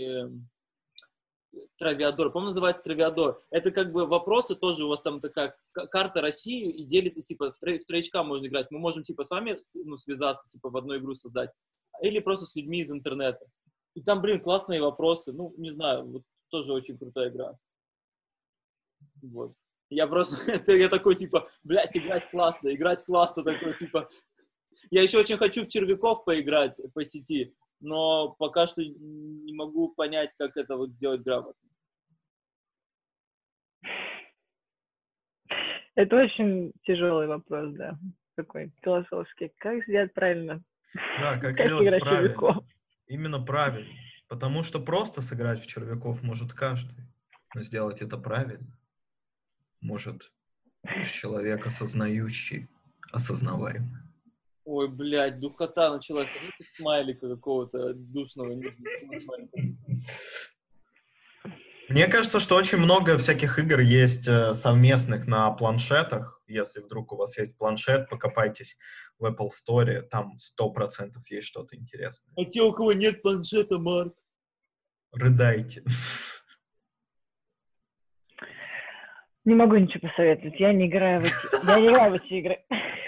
Speaker 1: Травиадор. По-моему, называется Травиадор. Это как бы вопросы тоже. У вас там такая карта России и делит, типа, в троечка можно играть. Мы можем, типа, с вами связаться, типа, в одну игру создать. Или просто с людьми из интернета. И там, блин, классные вопросы. Ну, не знаю, вот тоже очень крутая игра. Вот. Я просто, я такой, типа, блядь, играть классно, такой, типа. Я еще очень хочу в червяков поиграть по сети, но пока что не могу понять, как это вот сделать грамотно.
Speaker 3: Это очень тяжелый вопрос, да, такой философский. Как сделать правильно?
Speaker 2: Да, как
Speaker 3: Как
Speaker 2: сделать
Speaker 3: играть в
Speaker 2: правильно.
Speaker 3: червяков?
Speaker 2: Именно правильно. Потому что просто сыграть в червяков может каждый. Но сделать это правильно может лишь человек осознающий, осознаваемый.
Speaker 1: Ой, блядь, духота началась. Там смайлика какого-то душного.
Speaker 2: Мне кажется, что очень много всяких игр есть совместных на планшетах. Если вдруг у вас есть планшет, покопайтесь в Apple Store, там 100% есть что-то интересное.
Speaker 1: А те, у кого нет планшета, Марк?
Speaker 2: Рыдайте.
Speaker 3: Не могу ничего посоветовать. Я не играю в эти игры.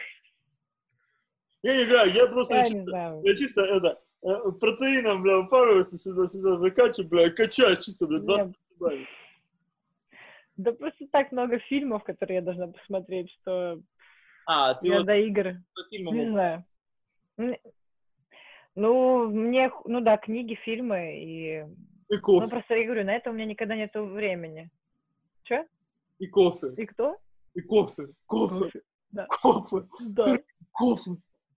Speaker 1: Я не играю, я просто
Speaker 3: Я
Speaker 1: чисто протеином, бля, упарываюсь, сюда закачиваю, бля, качаюсь чисто, бля, 20 добавить.
Speaker 3: Да просто так много фильмов, которые я должна посмотреть, что
Speaker 1: ты
Speaker 3: я
Speaker 1: вот
Speaker 3: до игр
Speaker 1: по фильмам
Speaker 3: не знаю. Ну да, книги, фильмы и...
Speaker 1: И кофе.
Speaker 3: Ну просто я говорю, на это у меня никогда нету времени. Че?
Speaker 1: И кофе.
Speaker 3: И кто?
Speaker 1: И кофе.
Speaker 3: Да.
Speaker 1: Кофе.
Speaker 3: Да.
Speaker 1: Кофе.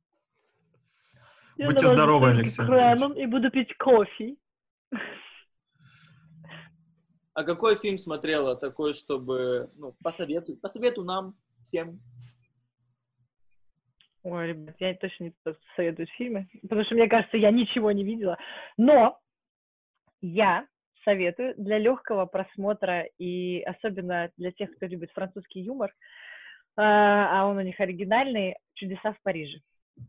Speaker 2: Будьте здоровы, Алексей Андреевич.
Speaker 3: И буду пить кофе.
Speaker 1: А какой фильм смотрела такой, чтобы, ну, посоветуй нам всем?
Speaker 3: Ой, ребят, я точно не советую фильмы, потому что, мне кажется, я ничего не видела. Но я советую для легкого просмотра и особенно для тех, кто любит французский юмор, а он у них оригинальный, «Чудеса в Париже».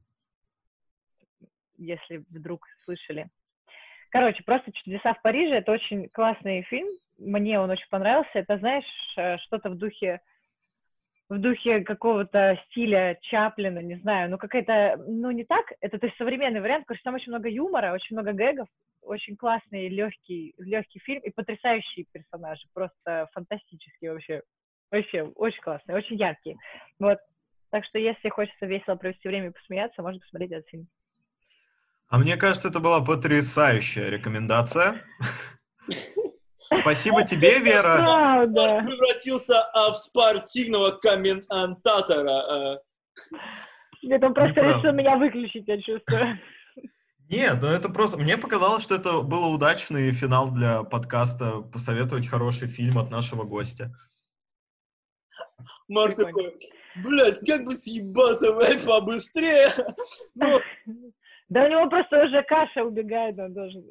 Speaker 3: Если вдруг слышали. Короче, просто «Чудеса в Париже» — это очень классный фильм. Мне он очень понравился. Это, знаешь, что-то в духе какого-то стиля Чаплина, не знаю. Ну, какая-то, ну, не так. Это, то есть, современный вариант. Короче, там очень много юмора, очень много гэгов. Очень классный, легкий фильм и потрясающие персонажи. Просто фантастические вообще. Вообще, очень классные, очень яркие. Вот. Так что, если хочется весело провести время и посмеяться, можно посмотреть этот фильм.
Speaker 2: А мне кажется, это была потрясающая рекомендация. Спасибо тебе, Вера.
Speaker 3: Правда.
Speaker 1: Превратился в спортивного комментатора.
Speaker 3: Нет, он просто решил меня выключить, я чувствую.
Speaker 2: Нет, ну это просто... Мне показалось, что это был удачный финал для подкаста посоветовать хороший фильм от нашего гостя.
Speaker 1: Марк такой, блядь, как бы съебаться побыстрее.
Speaker 3: Да у него просто уже каша убегает, он должен...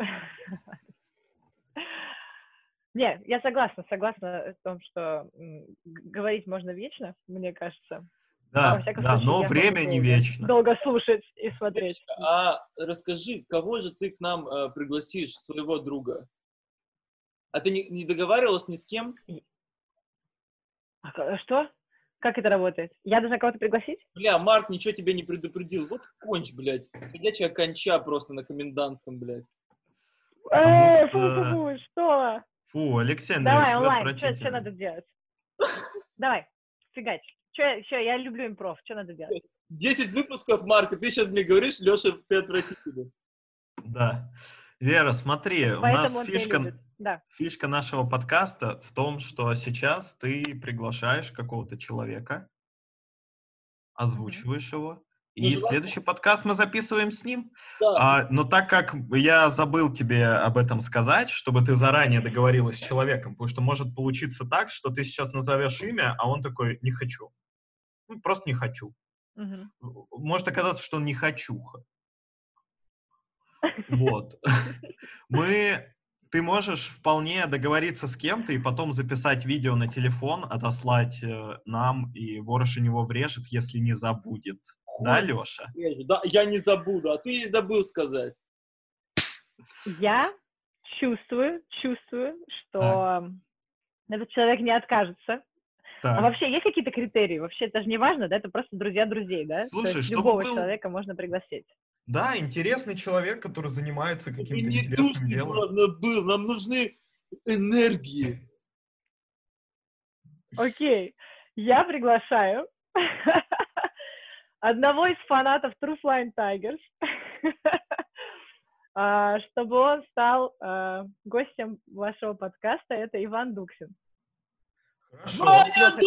Speaker 3: Нет, я согласна в том, что говорить можно вечно, мне кажется.
Speaker 2: Да, но время не вечно.
Speaker 3: Долго слушать и смотреть.
Speaker 1: А расскажи, кого же ты к нам пригласишь, своего друга? А ты не договаривалась ни с кем?
Speaker 3: Что? Как это работает? Я должна кого-то пригласить?
Speaker 1: Бля, Марк ничего тебе не предупредил. Вот конч, блядь. Ходячая конча просто на комендантском, блядь.
Speaker 2: Потому
Speaker 3: Фу, что?
Speaker 2: Фу, Алексей
Speaker 3: Давай,
Speaker 2: Андреевич, вы
Speaker 3: онлайн, что
Speaker 2: отвратительный.
Speaker 3: надо делать? Давай, фигач. Что, я люблю импров, что надо делать?
Speaker 1: 10 выпусков, Марк, и ты сейчас мне говоришь, Леша, ты отвратительный.
Speaker 2: Да. Вера, смотри, у нас
Speaker 3: Поэтому он тебя любит. Да.
Speaker 2: фишка нашего подкаста в том, что сейчас ты приглашаешь какого-то человека, озвучиваешь его, и следующий подкаст мы записываем с ним.
Speaker 1: Да.
Speaker 2: Но так как я забыл тебе об этом сказать, чтобы ты заранее договорилась с человеком, потому что может получиться так, что ты сейчас назовешь имя, а он такой: не хочу. Ну, просто не хочу. Может оказаться, что он не хочуха. Вот. Ты можешь вполне договориться с кем-то и потом записать видео на телефон, отослать нам, и Ворошин его врежет, если не забудет. Да, Леша?
Speaker 1: Да, я не забуду, а ты и забыл сказать.
Speaker 3: Я чувствую, что этот человек не откажется.
Speaker 2: Так.
Speaker 3: А вообще есть какие-то критерии? Вообще это же не важно, да? Это просто друзья друзей, да?
Speaker 2: Слушай,
Speaker 3: то есть
Speaker 2: чтобы
Speaker 3: любого
Speaker 2: был...
Speaker 3: человека можно пригласить.
Speaker 2: Да, интересный человек, который занимается каким-то
Speaker 1: не
Speaker 2: интересным делом.
Speaker 1: Главное был, нам нужны энергии.
Speaker 3: Окей, я приглашаю одного из фанатов True Flying Tigers, чтобы он стал гостем вашего подкаста. Это Иван Дуксин.
Speaker 2: Хорошо.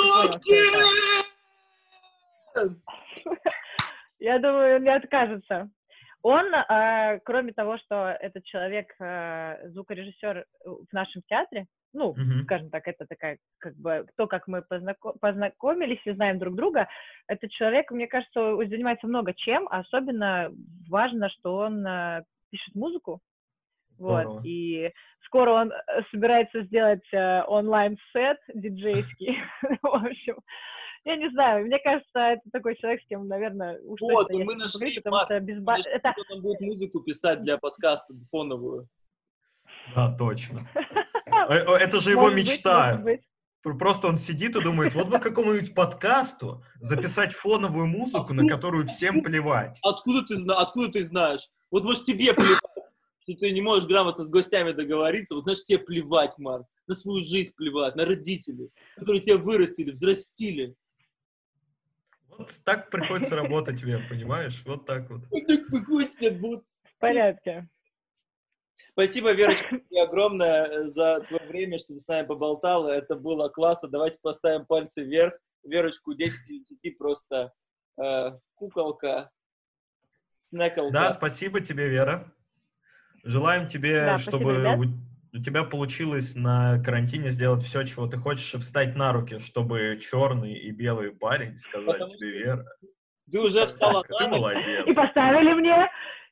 Speaker 3: Я думаю, он не откажется. Он, кроме того, что этот человек звукорежиссер в нашем театре, ну, скажем так, это такая, как бы, то, как мы познакомились и знаем друг друга, этот человек, мне кажется, занимается много чем, особенно важно, что он пишет музыку. Вот, и скоро он собирается сделать онлайн-сет диджейский. В общем, я не знаю, мне кажется, это такой человек, с кем, наверное, уж
Speaker 1: вот,
Speaker 3: точно
Speaker 1: мы
Speaker 3: я
Speaker 1: нашли,
Speaker 3: поговорю, потому что это...
Speaker 1: Кто нам будет музыку писать для подкаста фоновую.
Speaker 2: Да, точно. Это же его мечта.
Speaker 3: Может быть.
Speaker 2: Просто он сидит и думает: вот бы какому-нибудь подкасту записать фоновую музыку, на которую всем плевать.
Speaker 1: Откуда ты знаешь? Вот, может, тебе плевать, что ты не можешь грамотно с гостями договориться, вот, знаешь, тебе плевать, Марк, на свою жизнь плевать, на родителей, которые тебя вырастили, взрастили.
Speaker 2: Вот так приходится работать, Вер, понимаешь? Вот так вот.
Speaker 1: Вот так приходится.
Speaker 3: В порядке.
Speaker 1: Спасибо, Верочка, тебе огромное за твое время, что ты с нами поболтала. Это было классно. Давайте поставим пальцы вверх. Верочку 10 из 10 просто куколка, снеколка.
Speaker 2: Да, спасибо тебе, Вера. Желаем тебе, чтобы у тебя получилось на карантине сделать все, чего ты хочешь, и встать на руки, чтобы черный и белый парень сказали тебе: Вера,
Speaker 1: ты уже встала на
Speaker 2: ты
Speaker 1: ноги.
Speaker 2: молодец.
Speaker 3: И поставили мне.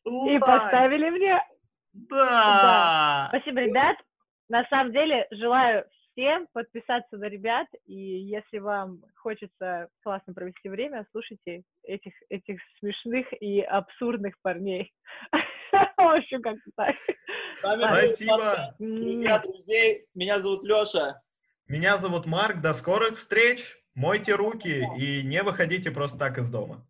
Speaker 2: Да.
Speaker 3: Спасибо, ребят. На самом деле, желаю всем подписаться на ребят, и если вам хочется классно провести время, слушайте этих смешных и абсурдных парней. В общем, как-то так.
Speaker 2: Спасибо.
Speaker 1: Друзья, друзей, меня зовут Леша.
Speaker 2: Меня зовут Марк. До скорых встреч. Мойте руки и не выходите просто так из дома.